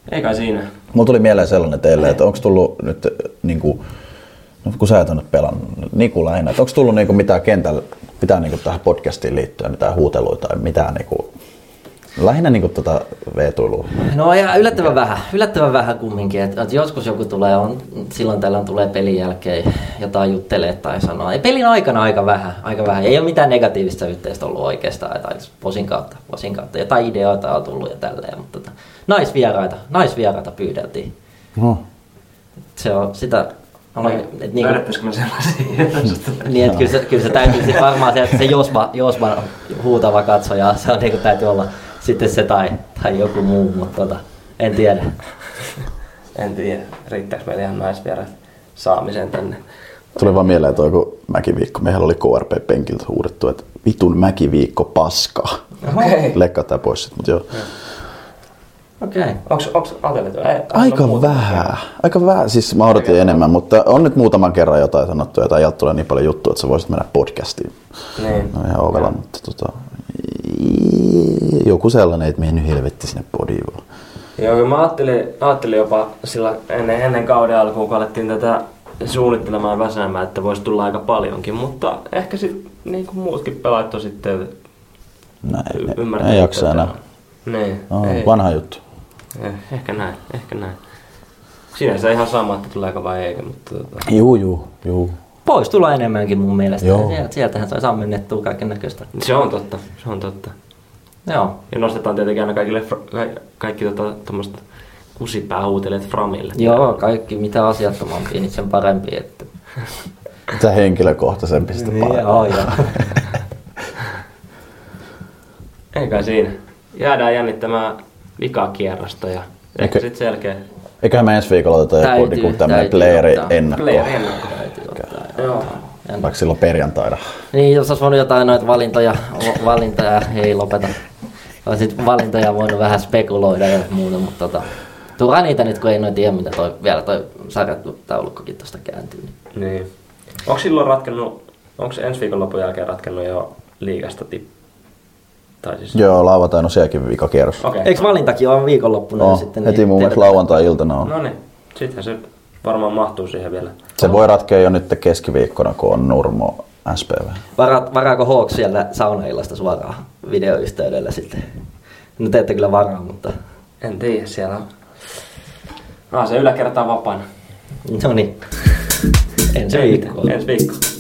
Ei kai siinä. Mulla tuli mieleen sellainen teille, että onko tullut nyt niinku, no kun sä et ole nyt pelannut, Niku lähinnä, että onko tullut niinku mitään kentällä, mitään niinku tähän podcastiin liittyen, mitään huuteluita tai mitään niinku, lähinnä niinku tota veetuilua? No ja yllättävän vähän, yllättävän vähän kumminkin, että et joskus joku tulee, on, silloin tällöin tulee pelin jälkeen jotain juttelee tai sanoo. Ja pelin aikana aika vähän, aika vähän, ei ole mitään negatiivista yhteistä ollut oikeastaan, tai posin kautta, posin kautta, jotain ideoita on tullut ja tälleen, mutta tota, naisvieraita, naisvieraita pyydeltiin. No. Se on sitä... Niin, löydettäisikö me sellaisia? Niin, että kyllä se, kyllä se täytyy sit varmaan se, se Josma, Josma huutava katsoja, se on niinku täytyy olla sitten se tai, tai joku muu, mutta tota, en tiedä. En tiedä, riittääkö meillä ihan naisvieraan saamiseen tänne. Tuli vaan mieleen toi, kun Mäkiviikko, meillä oli K R P-penkiltä huudettu, että vitun Mäkiviikko paskaa. Okei. Okay. Leikkaa tää pois sit, mut joo. Okei. Okay. Onks, onks ajateltu? Aika vähän. Aika vähän. Siis mä odotin Aika enemmän, vähän. Mutta on nyt muutaman kerran jotain sanottu, että ajalta tulee niin paljon juttua, että sä voisit mennä podcastiin. Niin. No ihan ovella, mutta tota, joku sellainen, että mennyt helvetti sinne podiin vaan. Joo, mä ajattelin, ajattelin jopa sillä ennen, ennen kauden alkuun, kun alettiin tätä suunnittelemaan väsäämään, että voisi tulla aika paljonkin, mutta ehkä sit niin kuin muutkin pelaajat on sitten ymmärtänyt. Ei jaksa enää. Niin, no, vanha juttu. Ehkä näin, ehkä näin. Sinänsä ihan sama, että tuleeko vai eikä, mutta... Tota... Juu, juu, juu. Pois tulla enemmänkin mun mielestä. Sieltä, sieltähän sai sammennettua kaiken näköistä. Se on totta, se on totta. Joo. Ja nostetaan tietenkin aina kaikille fra- kaikki tota, tommoset kusipäähuutelijat framille. Joo, kaikki mitä asiattomampi, niin sen parempi. Että... Mitä henkilökohtaisempi sitä parempi. Joo, joo. Ei kai siinä. Jäädään jännittämään vikakierrosta ja ehkä sitten selkeä. Eiköhän me ensi viikolla oteta joku niin tämmönen playeri-ennakko. Playeri-ennakko. Joo. Vaikka silloin perjantaina. Niin, jos olisi voinut jotain noita valintoja, valintoja ei lopeta. Sitten valintoja voinut vähän spekuloida ja muuta, mutta tota, turaa niitä nyt, kun ei noin tiedä, mitä toi, vielä toi sarjataulukkokin tuosta kääntyy. Niin. niin. Onko silloin ratkennut, onko ensi viikon lopun jälkeen ratkennut jo liigasta tippu? Siis... Joo, lauantaina on sielläkin vikakierros. Okay. Eikö valintakin ole viikonloppuna? No, sitten heti niin mun mielestä lauantai-iltana on. No niin, sittenhän se varmaan mahtuu siihen vielä. Se voi ratkea jo nyt keskiviikkona, kun on Nurmo S P V. Vara, varaako Hawks sieltä saunaillasta suoraan videoyhteydellä sitten? No te ette kyllä varaa, mutta... En tiedä, siellä on... Ah, se yläkerta on vapaana. No niin. Ensi viikko. Ensi viikko.